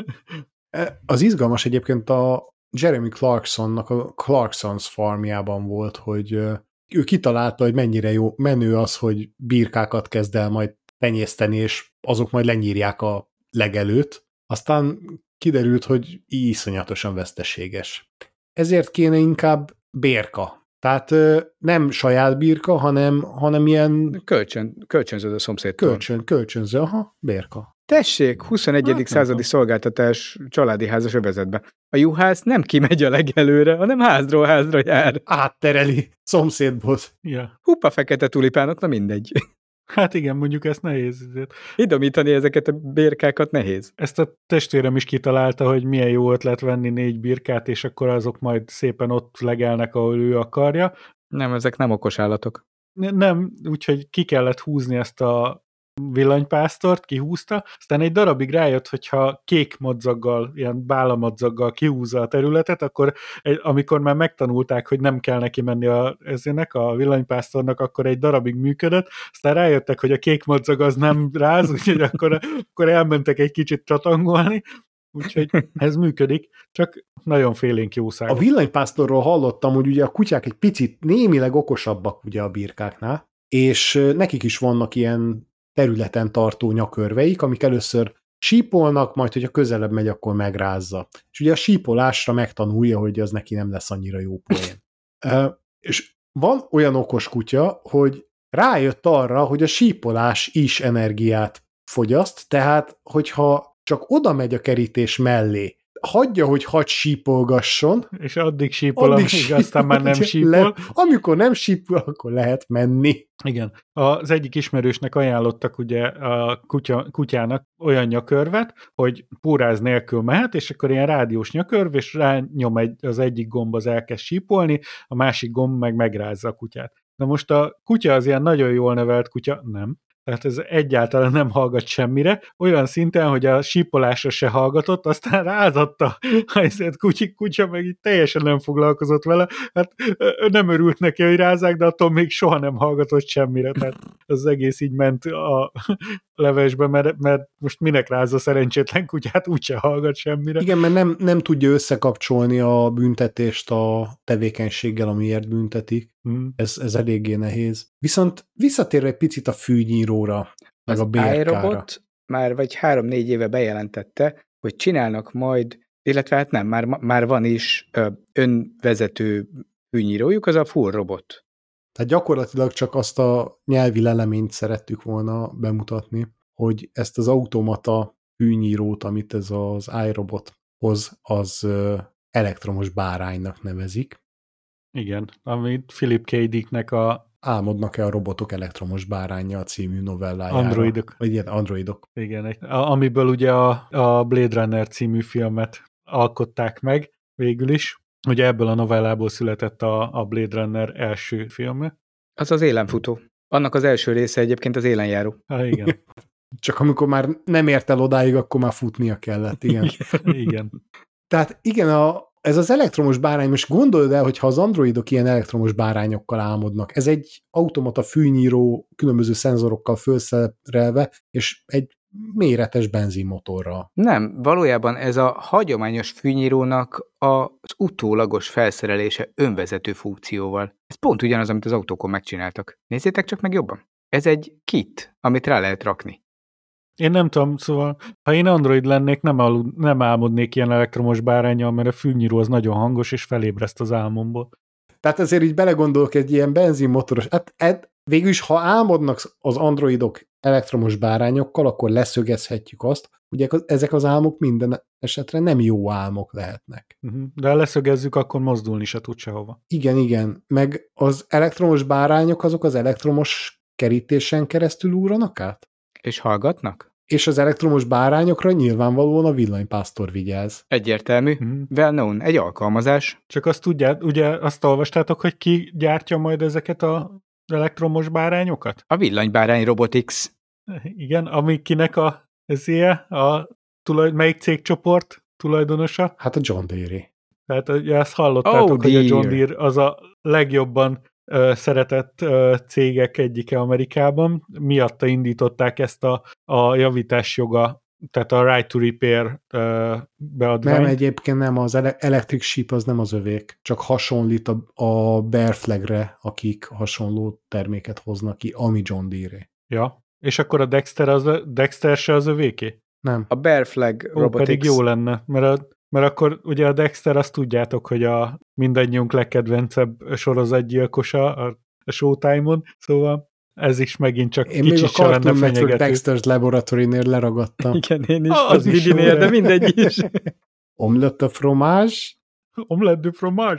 Speaker 2: Az izgalmas egyébként a Jeremy Clarksonnak a Clarkson's farmjában volt, hogy ő kitalálta, hogy mennyire jó menő az, hogy birkákat kezd el majd tenyészteni, és azok majd lenyírják a legelőt. Aztán kiderült, hogy iszonyatosan veszteséges. Ezért kéne inkább bérka. Tehát nem saját birka, hanem, hanem ilyen...
Speaker 1: Kölcsön, kölcsönzöd a szomszédtól.
Speaker 2: Kölcsön, kölcsönző, aha, bérka.
Speaker 1: Tessék, huszonegyedik Hát, századi szolgáltatás családi házas övezetbe. A juhász nem kimegy a legelőre, hanem házról házra jár.
Speaker 2: Áttereli szomszédból.
Speaker 3: Ja.
Speaker 1: Hupa fekete tulipánok, na mindegy.
Speaker 3: Hát igen, mondjuk ezt nehéz. Ezért.
Speaker 1: Idomítani ezeket a birkákat nehéz.
Speaker 3: Ezt a testvérem is kitalálta, hogy milyen jó ötlet venni négy birkát, és akkor azok majd szépen ott legelnek, ahol ő akarja.
Speaker 1: Nem, ezek nem okos állatok.
Speaker 3: Nem, úgyhogy ki kellett húzni ezt a villanypásztort, kihúzta, aztán egy darabig rájött, hogyha kék madzaggal, ilyen bálamadzaggal kihúzza a területet, akkor egy, amikor már megtanulták, hogy nem kell neki menni a, ezének, a villanypásztornak, akkor egy darabig működött, aztán rájöttek, hogy a kék madzag az nem ráz, úgyhogy akkor, akkor elmentek egy kicsit csatangolni, úgyhogy ez működik, csak nagyon félénk jószág.
Speaker 2: A villanypásztorról hallottam, hogy ugye a kutyák egy picit némileg okosabbak ugye a birkáknál, és nekik is vannak ilyen területen tartó nyakörveik, amik először sípolnak, majd, hogyha közelebb megy, akkor megrázza. És ugye a sípolásra megtanulja, hogy az neki nem lesz annyira jó poén. uh, és van olyan okos kutya, hogy rájött arra, hogy a sípolás is energiát fogyaszt, tehát hogyha csak oda megy a kerítés mellé, hagyja, hogy hadd sípolgasson.
Speaker 3: És addig sípol, addig amíg sípol, aztán már nem sípol. Le,
Speaker 2: amikor nem sípol, akkor lehet menni.
Speaker 3: Igen. Az egyik ismerősnek ajánlottak ugye a kutya, kutyának olyan nyakörvet, hogy púráz nélkül mehet, és akkor ilyen rádiós nyakörv, és rányom egy, az egyik gomb az elkezd sípolni, a másik gomb meg megrázza a kutyát. Na most a kutya az ilyen nagyon jól nevelt kutya, nem. Tehát ez egyáltalán nem hallgat semmire, olyan szinten, hogy a sípolásra se hallgatott, aztán rázatta a kutya, kutya meg így teljesen nem foglalkozott vele, hát nem örült neki, hogy rázák, de attól még soha nem hallgatott semmire, tehát az egész így ment a levesbe, mert, mert most minek rázza szerencsétlen kutyát, úgyse hallgat semmire.
Speaker 2: Igen, mert nem, nem tudja összekapcsolni a büntetést a tevékenységgel, amiért büntetik. Hmm. Ez, ez eléggé nehéz. Viszont visszatérve egy picit a fűnyíróra, meg
Speaker 1: az
Speaker 2: a bérkára.
Speaker 1: iRobot már vagy három-négy éve bejelentette, hogy csinálnak majd, illetve hát nem, már, már van is ö, önvezető fűnyírójuk, az a full robot.
Speaker 2: Tehát gyakorlatilag csak azt a nyelvi leleményt szerettük volna bemutatni, hogy ezt az automata fűnyírót, amit ez az iRobot hoz, az elektromos báránynak nevezik.
Speaker 3: Igen, amit Philip K. Dicknek a
Speaker 2: Álmodnak-e a robotok elektromos bárányja című novellájára?
Speaker 3: Androidok.
Speaker 2: Vagy ilyen androidok.
Speaker 3: Igen, amiből ugye a, a Blade Runner című filmet alkották meg végül is. Ugye ebből a novellából született a, a Blade Runner első filme.
Speaker 1: Az az élenfutó. Annak az első része egyébként az élenjáró.
Speaker 3: Ha, igen.
Speaker 2: Csak amikor már nem ért el odáig, akkor már futnia kellett, igen.
Speaker 3: Igen.
Speaker 2: Tehát igen, a, ez az elektromos bárány, most gondold el, hogyha az androidok ilyen elektromos bárányokkal álmodnak. Ez egy automata fűnyíró, különböző szenzorokkal felszerelve, és egy méretes benzinmotorral.
Speaker 1: Nem, valójában ez a hagyományos fűnyírónak az utólagos felszerelése önvezető funkcióval. Ez pont ugyanaz, amit az autókon megcsináltak. Nézzétek csak meg jobban. Ez egy kit, amit rá lehet rakni.
Speaker 3: Én nem tudom, szóval, ha én android lennék, nem, alud, nem álmodnék ilyen elektromos báránnyal, mert a fűnyíró az nagyon hangos, és felébreszt az álmomból.
Speaker 2: Tehát ezért így belegondolok egy ilyen benzinmotoros, hát ed, végül is, ha álmodnak az androidok elektromos bárányokkal, akkor leszögezhetjük azt, hogy ezek az álmok minden esetre nem jó álmok lehetnek.
Speaker 3: De ha leszögezzük, akkor mozdulni se tud sehova.
Speaker 2: Igen, igen. Meg az elektromos bárányok azok az elektromos kerítésen keresztül úranak át?
Speaker 1: És hallgatnak?
Speaker 2: És az elektromos bárányokra nyilvánvalóan a villanypásztor vigyáz.
Speaker 1: Egyértelmű. Mm. Well known. Egy alkalmazás.
Speaker 3: Csak azt tudját, ugye azt olvastátok, hogy ki gyártja majd ezeket az elektromos bárányokat?
Speaker 1: A villanybárány Robotics.
Speaker 3: Igen, ami kinek a ezéje, a tulaj, melyik cégcsoport tulajdonosa?
Speaker 2: Hát a John Deere.
Speaker 3: Tehát ugye azt hallottátok, oh, hogy a John Deere az a legjobban uh, szeretett uh, cégek egyike Amerikában. Miatta indították ezt a, a javítás joga, tehát a right to repair uh, beadványt.
Speaker 2: Nem, egyébként nem, az Electric Sheep az nem az övék, csak hasonlít a, a Bear Flagre, akik hasonló terméket hoznak ki, ami John Deere.
Speaker 3: Ja, és akkor a Dexter, az, Dexter se az övéké?
Speaker 2: Nem.
Speaker 1: A Bear Flag
Speaker 3: Ó,
Speaker 1: Robotics.
Speaker 3: Pedig jó lenne, mert, a, mert akkor ugye a Dexter, azt tudjátok, hogy a mindannyiunk legkedvencebb sorozatgyilkosa a, a Showtime-on, szóval ez is megint csak
Speaker 2: én
Speaker 3: kicsit se lenne fenyegető.
Speaker 2: Én még a Dexter's Laboratory-nél leragadtam.
Speaker 1: Igen, én is.
Speaker 3: Ah,
Speaker 1: az Vidinél, de mindegy is.
Speaker 2: Omelette de fromage.
Speaker 3: Omelette de fromage.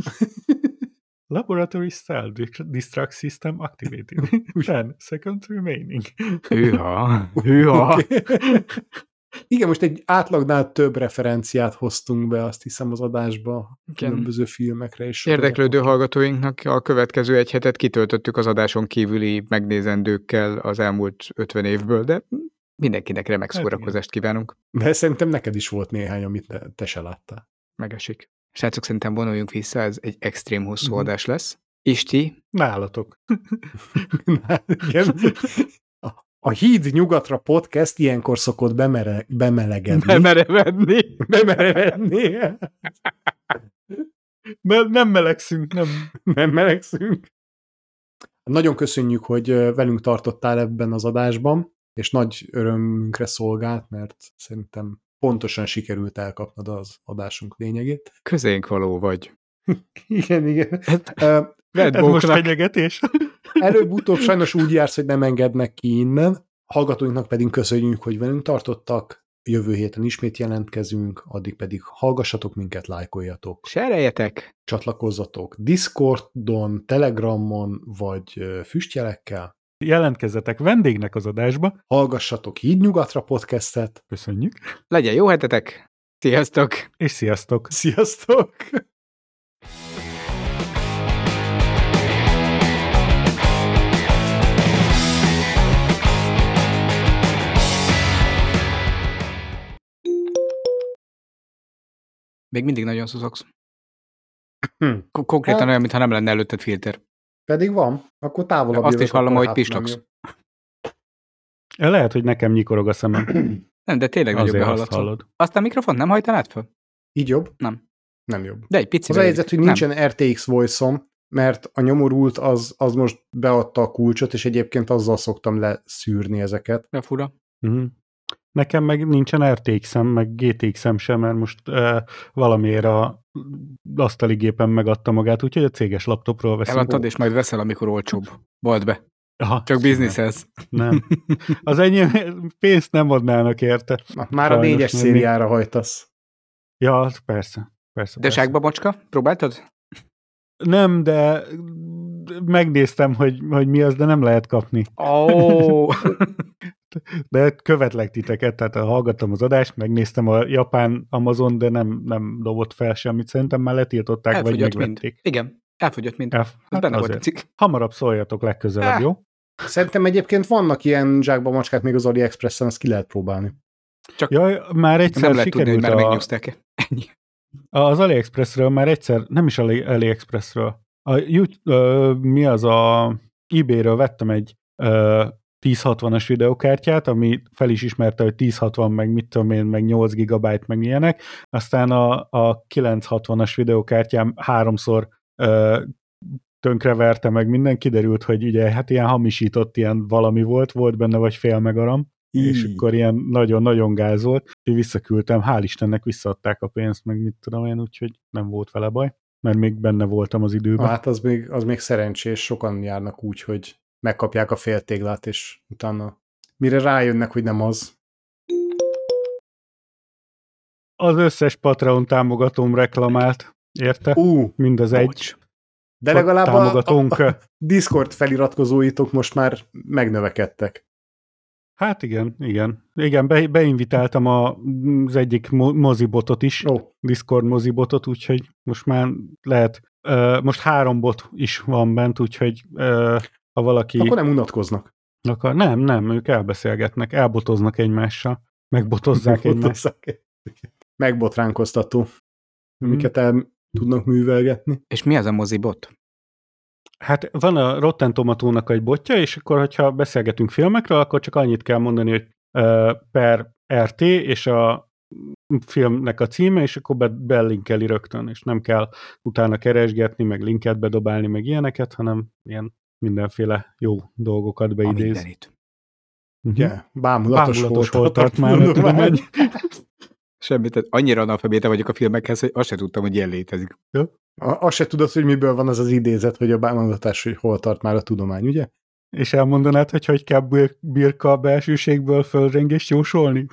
Speaker 3: Laboratory Cell Destruct System activated. ten seconds remaining.
Speaker 1: Hűha. Hűha.
Speaker 2: Okay. Igen, most egy átlagnál több referenciát hoztunk be, azt hiszem, az adásba, különböző filmekre is.
Speaker 1: Érdeklődő hallgatóinknak a következő egy hetet kitöltöttük az adáson kívüli megnézendőkkel az elmúlt ötven évből, de mindenkinek remek szórakozást kívánunk.
Speaker 2: De szerintem neked is volt néhány, amit te se láttál.
Speaker 1: Megesik. Srácok, szerintem vonuljunk vissza, ez egy extrém hosszú uh-huh. adás lesz. Isti?
Speaker 3: Nálatok.
Speaker 2: Igen. A Híd Nyugatra podcast ilyenkor szokott bemere, bemelegedni.
Speaker 1: Bemerevedni.
Speaker 2: Bemerevedni.
Speaker 3: Me- nem melegszünk, nem.
Speaker 2: Nem melegszünk. Nagyon köszönjük, hogy velünk tartottál ebben az adásban, és nagy örömünkre szolgált, mert szerintem pontosan sikerült elkapnod az adásunk lényegét.
Speaker 1: Közénk való vagy.
Speaker 2: Igen, igen.
Speaker 3: Uh, Ez most fenyegetés?
Speaker 2: Előbb-utóbb sajnos úgy jársz, hogy nem engednek ki innen. Hallgatóinknak pedig köszönjük, hogy velünk tartottak. jövő héten ismét jelentkezünk, addig pedig hallgassatok minket, lájkoljatok,
Speaker 1: Sereljetek!
Speaker 2: csatlakozzatok Discordon, Telegramon, vagy füstjelekkel.
Speaker 3: Jelentkezzetek vendégnek az adásba.
Speaker 2: Hallgassatok Hídnyugatra podcastet.
Speaker 3: Köszönjük.
Speaker 1: Legyen jó hetetek! Sziasztok!
Speaker 3: És sziasztok!
Speaker 2: Sziasztok!
Speaker 1: Még mindig nagyon szuszogsz.
Speaker 2: Hm.
Speaker 1: Konkrétan
Speaker 2: Hát-
Speaker 1: olyan, mintha nem lenne előtted filter.
Speaker 2: Pedig van, akkor távolabb
Speaker 1: Azt
Speaker 2: jövök,
Speaker 1: is hallom,
Speaker 2: akkor
Speaker 1: hogy
Speaker 2: hát nem
Speaker 1: pislogsz.
Speaker 3: Ja, lehet, hogy nekem nyikorog a szemem.
Speaker 1: Nem, de tényleg nagyobb
Speaker 3: Azért azt
Speaker 1: behallatszol.
Speaker 3: hallod.
Speaker 1: Azt a mikrofont nem hajtanád fel?
Speaker 2: Így jobb?
Speaker 1: Nem.
Speaker 2: Nem jobb.
Speaker 1: De egy pici.
Speaker 2: Az a helyzet, hogy nincsen er té iksz voice-om, mert a nyomorult az, az most beadta a kulcsot, és egyébként azzal szoktam leszűrni ezeket.
Speaker 1: De fura.
Speaker 3: Uh-huh. Nekem meg nincsen er té iksz-em, meg gé té iksz-em sem, mert most uh, valamiért a asztali gépen megadta magát, úgyhogy a céges laptopról veszem.
Speaker 1: Eladtad, és majd veszel, amikor olcsóbb. Volt be.
Speaker 3: Aha,
Speaker 1: Csak bizniszhez.
Speaker 3: Nem. Az enyém pénzt nem adnának érte.
Speaker 2: Na, már a
Speaker 3: Sajnos
Speaker 2: négyes
Speaker 3: nem.
Speaker 2: szériára hajtasz.
Speaker 3: Ja, persze. persze
Speaker 1: De
Speaker 3: persze.
Speaker 1: ságba macska? Próbáltad?
Speaker 3: Nem, de megnéztem, hogy, hogy mi az, de nem lehet kapni.
Speaker 1: Ó. Oh.
Speaker 3: De követlek titeket, tehát hallgattam az adást, megnéztem a japán Amazon, de nem, nem dobott fel semmit. Szerintem már letiltották, vagy
Speaker 1: Elfogyott mind.
Speaker 3: megvették.
Speaker 1: Igen, elfogyott mind.
Speaker 3: Elf-
Speaker 1: Ez benne volt a
Speaker 3: azért.
Speaker 1: cikk.
Speaker 3: Hamarabb szóljatok legközelebb,
Speaker 1: Ah.
Speaker 3: jó?
Speaker 2: Szerintem egyébként vannak ilyen zsákba macskák még az AliExpressen, azt ki lehet próbálni.
Speaker 3: Jaj, már egyszer
Speaker 1: Nem lehet tudni, hogy
Speaker 3: sikerült
Speaker 1: már
Speaker 3: a,
Speaker 1: megnyúzták-e. Ennyi.
Speaker 3: az AliExpressről, már egyszer, nem is Ali, AliExpressről, a, uh, mi az a eBay-ről vettem egy uh, tízszázhatvanas videokártyát, ami fel is ismerte, hogy tízszázhatvan, meg mit tudom én, meg nyolc gigabyte, meg ilyenek. Aztán a, a kilencszázhatvanas videokártyám háromszor uh, tönkreverte meg minden, kiderült, hogy ugye hát ilyen hamisított ilyen valami volt, volt benne vagy fél megaram, és akkor ilyen nagyon-nagyon gáz volt, és visszaküldtem, hál' Istennek visszaadták a pénzt, meg mit tudom én, úgyhogy nem volt vele baj, mert még benne voltam az időben.
Speaker 2: Hát az még, az még szerencsés, sokan járnak úgy, hogy megkapják a féltéglát, és utána mire rájönnek, hogy nem az.
Speaker 3: Az összes Patreon támogatóm reklamált, érte?
Speaker 2: Ú,
Speaker 3: Mind az egy.
Speaker 1: Bocs.
Speaker 2: de legalább a,
Speaker 3: támogatónk.
Speaker 2: a, a Discord feliratkozóitok most már megnövekedtek.
Speaker 3: Hát igen, igen. Igen, be, beinvitáltam a, az egyik mo- mozibotot is,
Speaker 2: Ó,
Speaker 3: Discord mozibotot, úgyhogy most már lehet, uh, most három bot is van bent, úgyhogy uh, ha valaki
Speaker 2: akkor nem unatkoznak.
Speaker 3: akar, nem, nem, ők elbeszélgetnek, elbotoznak egymással, megbotozzák egymást.
Speaker 2: Megbotránkoztató. Miket el tudnak művelgetni.
Speaker 1: És mi az a mozibot?
Speaker 3: Hát van a Rotten Tomatónak egy botja, és akkor, hogyha beszélgetünk filmekről, akkor csak annyit kell mondani, hogy uh, per er té, és a filmnek a címe, és akkor be, bellinkeli rögtön, és nem kell utána keresgetni, meg linket bedobálni, meg ilyeneket, hanem ilyen mindenféle jó dolgokat
Speaker 1: A
Speaker 3: beidéz.
Speaker 1: mindenit.
Speaker 3: Uh-huh.
Speaker 2: Yeah, bámulatos,
Speaker 3: Bámulatos
Speaker 2: holtart
Speaker 3: holtart már, tudomány.
Speaker 1: Semmit, tehát annyira analfabéta vagyok a filmekhez, hogy azt sem tudtam, hogy ilyen létezik.
Speaker 2: A- Azt se tudod, hogy miből van az az idézet, hogy a bámulatos, hogy hol tart már a tudomány, ugye?
Speaker 3: És elmondanád, hogy hogy kell Bir- Birka belsőségből földrengést jósolni?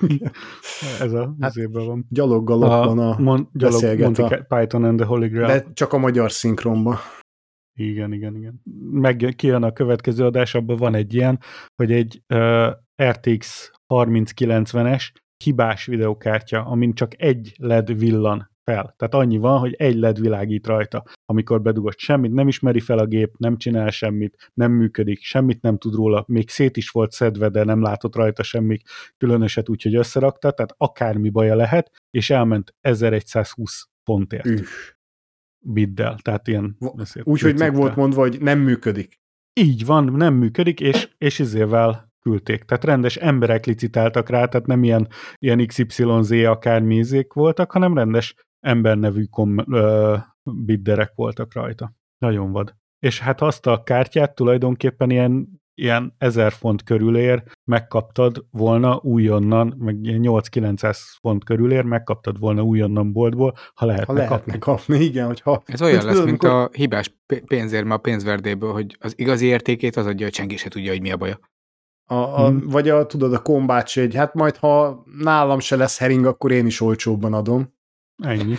Speaker 3: Ez a
Speaker 2: Hát,
Speaker 3: azért van.
Speaker 2: Gyaloggalopban a,
Speaker 3: Mon- gyalog,
Speaker 2: beszélget
Speaker 3: Monty
Speaker 2: a-
Speaker 3: Python and the Holy Grail.
Speaker 2: de csak a magyar szinkronban.
Speaker 3: Igen, igen, igen. Meg kijön a következő adás, abban van egy ilyen, hogy egy uh, er té iksz harminckilencvenes hibás videokártya, amin csak egy led villan fel. Tehát annyi van, hogy egy led világít rajta. Amikor bedugott semmit, nem ismeri fel a gép, nem csinál semmit, nem működik, semmit nem tud róla, még szét is volt szedve, de nem látott rajta semmi különöset, úgyhogy összerakta, tehát akármi baja lehet, és elment ezerszázhúsz pontért.
Speaker 2: Üh.
Speaker 3: Biddel, tehát ilyen...
Speaker 2: Úgyhogy meg volt mondva, hogy nem működik.
Speaker 3: Így van, nem működik, és, és izével küldték. Tehát rendes emberek licitáltak rá, tehát nem ilyen, ilyen iksz ipszilon zé akármi izék voltak, hanem rendes embernevű kom, ö, bidderek voltak rajta. Nagyon vad. És hát azt a kártyát tulajdonképpen ilyen, ilyen ezer font körülér megkaptad volna újonnan, meg ilyen nyolc-kilencszáz font körülér megkaptad volna újonnan boltból, ha lehetne,
Speaker 2: ha lehetne
Speaker 3: kapni.
Speaker 2: kapni. Igen, hogyha...
Speaker 1: Ez olyan lesz,
Speaker 2: tudod,
Speaker 1: mint
Speaker 2: amikor-
Speaker 1: a hibás pénzérme a pénzverdéből, hogy az igazi értékét az adja, hogy senki se tudja, hogy mi a baja.
Speaker 2: A, a, hmm. Vagy a, tudod, a kombács egy, hát majd ha nálam se lesz hering, akkor én is olcsóbban adom.
Speaker 3: Ennyi.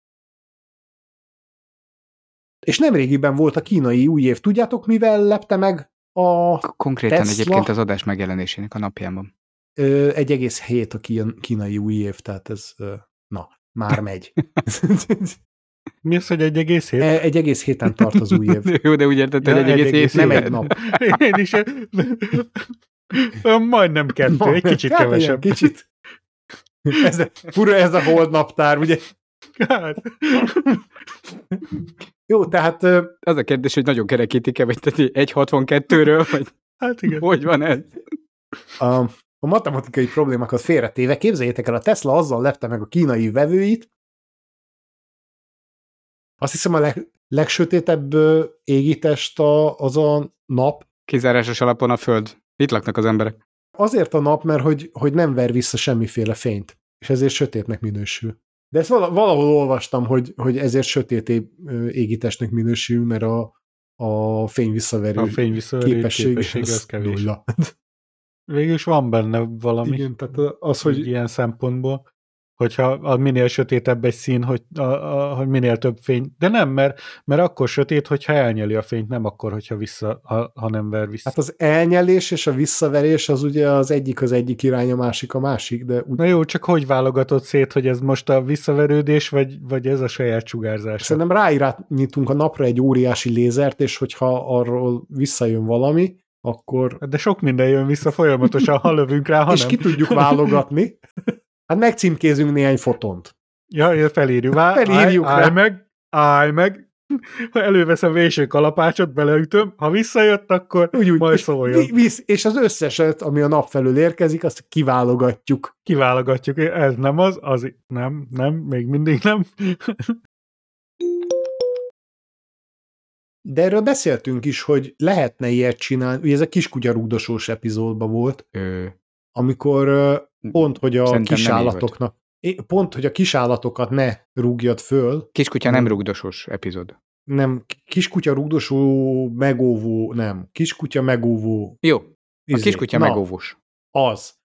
Speaker 2: És nemrégiben volt a kínai új év. Tudjátok, mivel lepte meg a
Speaker 1: Konkrétan
Speaker 2: Tesla?
Speaker 1: Egyébként az adás megjelenésének a napjában.
Speaker 2: egy egész hét a kínai új év, tehát ez, na, már megy.
Speaker 3: Mi az, hogy egy egész hét?
Speaker 2: Egy egész héten tart az új év.
Speaker 1: Jó, de úgy érted, hogy
Speaker 3: Ja,
Speaker 1: egy egész,
Speaker 3: egy egész
Speaker 1: hét,
Speaker 2: nem
Speaker 1: nem
Speaker 2: egy nap.
Speaker 3: Én is. Majdnem kettő,
Speaker 2: Ma,
Speaker 3: egy kicsit
Speaker 2: hát
Speaker 3: kevesebb.
Speaker 2: Kicsit. Ez a, fura ez a holdnaptár, ugye?
Speaker 3: Hát.
Speaker 2: Jó, tehát...
Speaker 1: Az a kérdés, hogy nagyon kerekítik-e, vagy tehát egy hatvankettőről, vagy
Speaker 3: Hát igen.
Speaker 1: hogy van ez?
Speaker 2: A, a matematikai problémákat félretéve, képzeljétek el, a Tesla azzal lepte meg a kínai vevőit, azt hiszem a leg, legsötétebb égitest a, az a nap.
Speaker 1: Kizárásos alapon a föld. Itt laknak az emberek.
Speaker 2: Azért a nap, mert hogy, hogy nem ver vissza semmiféle fényt, és ezért sötétnek minősül. De ezt valahol olvastam, hogy, hogy ezért sötét égitestnek minősül, mert a, a fény visszaverő,
Speaker 3: a fény visszaverő
Speaker 2: képesség,
Speaker 3: képesség az kevés.
Speaker 2: Nulla.
Speaker 3: Végülis van benne valami.
Speaker 2: Igen, tehát az, hogy...
Speaker 3: Ilyen szempontból, hogyha a minél sötétebb egy szín, hogy, a, a, hogy minél több fény. De nem, mert, mert akkor sötét, hogyha elnyeli a fényt, nem akkor, hogyha vissza, ha, ha nem ver vissza.
Speaker 2: Hát az elnyelés és a visszaverés az ugye az egyik az egyik irány, a másik a másik, de... Úgy...
Speaker 3: Na jó, csak hogy válogatod szét, hogy ez most a visszaverődés, vagy, vagy ez a saját sugárzás?
Speaker 2: Szerintem ráirányítunk a napra egy óriási lézert, és hogyha arról visszajön valami, akkor...
Speaker 3: De sok minden jön vissza folyamatosan, ha lövünk rá, ha
Speaker 2: és
Speaker 3: nem.
Speaker 2: ki tudjuk válogatni. Hát megcímkézünk néhány fotont.
Speaker 3: Ja, felírjuk. Á,
Speaker 2: Felírjuk
Speaker 3: állj,
Speaker 2: rá.
Speaker 3: állj meg, állj meg. Ha előveszem véső kalapácsot, beleütöm, ha visszajött, akkor úgy, úgy, majd szóljon.
Speaker 2: Visz, és az összeset, ami a nap felől érkezik, azt kiválogatjuk.
Speaker 3: Kiválogatjuk. Ez nem az, az nem, nem, még mindig nem.
Speaker 2: De erről beszéltünk is, hogy lehetne ilyet csinálni. Ugye ez a kiskutyarúgdosós epizódban volt,
Speaker 1: Ö...
Speaker 2: amikor pont, hogy a
Speaker 1: Szerintem
Speaker 2: kisállatoknak, pont, hogy a kisállatokat ne rúgjad föl.
Speaker 1: Kiskutya nem rúgdosós epizód.
Speaker 2: Nem, kiskutya rúgdosó, megóvó, nem. Kiskutya megóvó.
Speaker 1: Jó, a
Speaker 2: izé.
Speaker 1: kiskutya
Speaker 2: Na,
Speaker 1: megóvós.
Speaker 2: Az.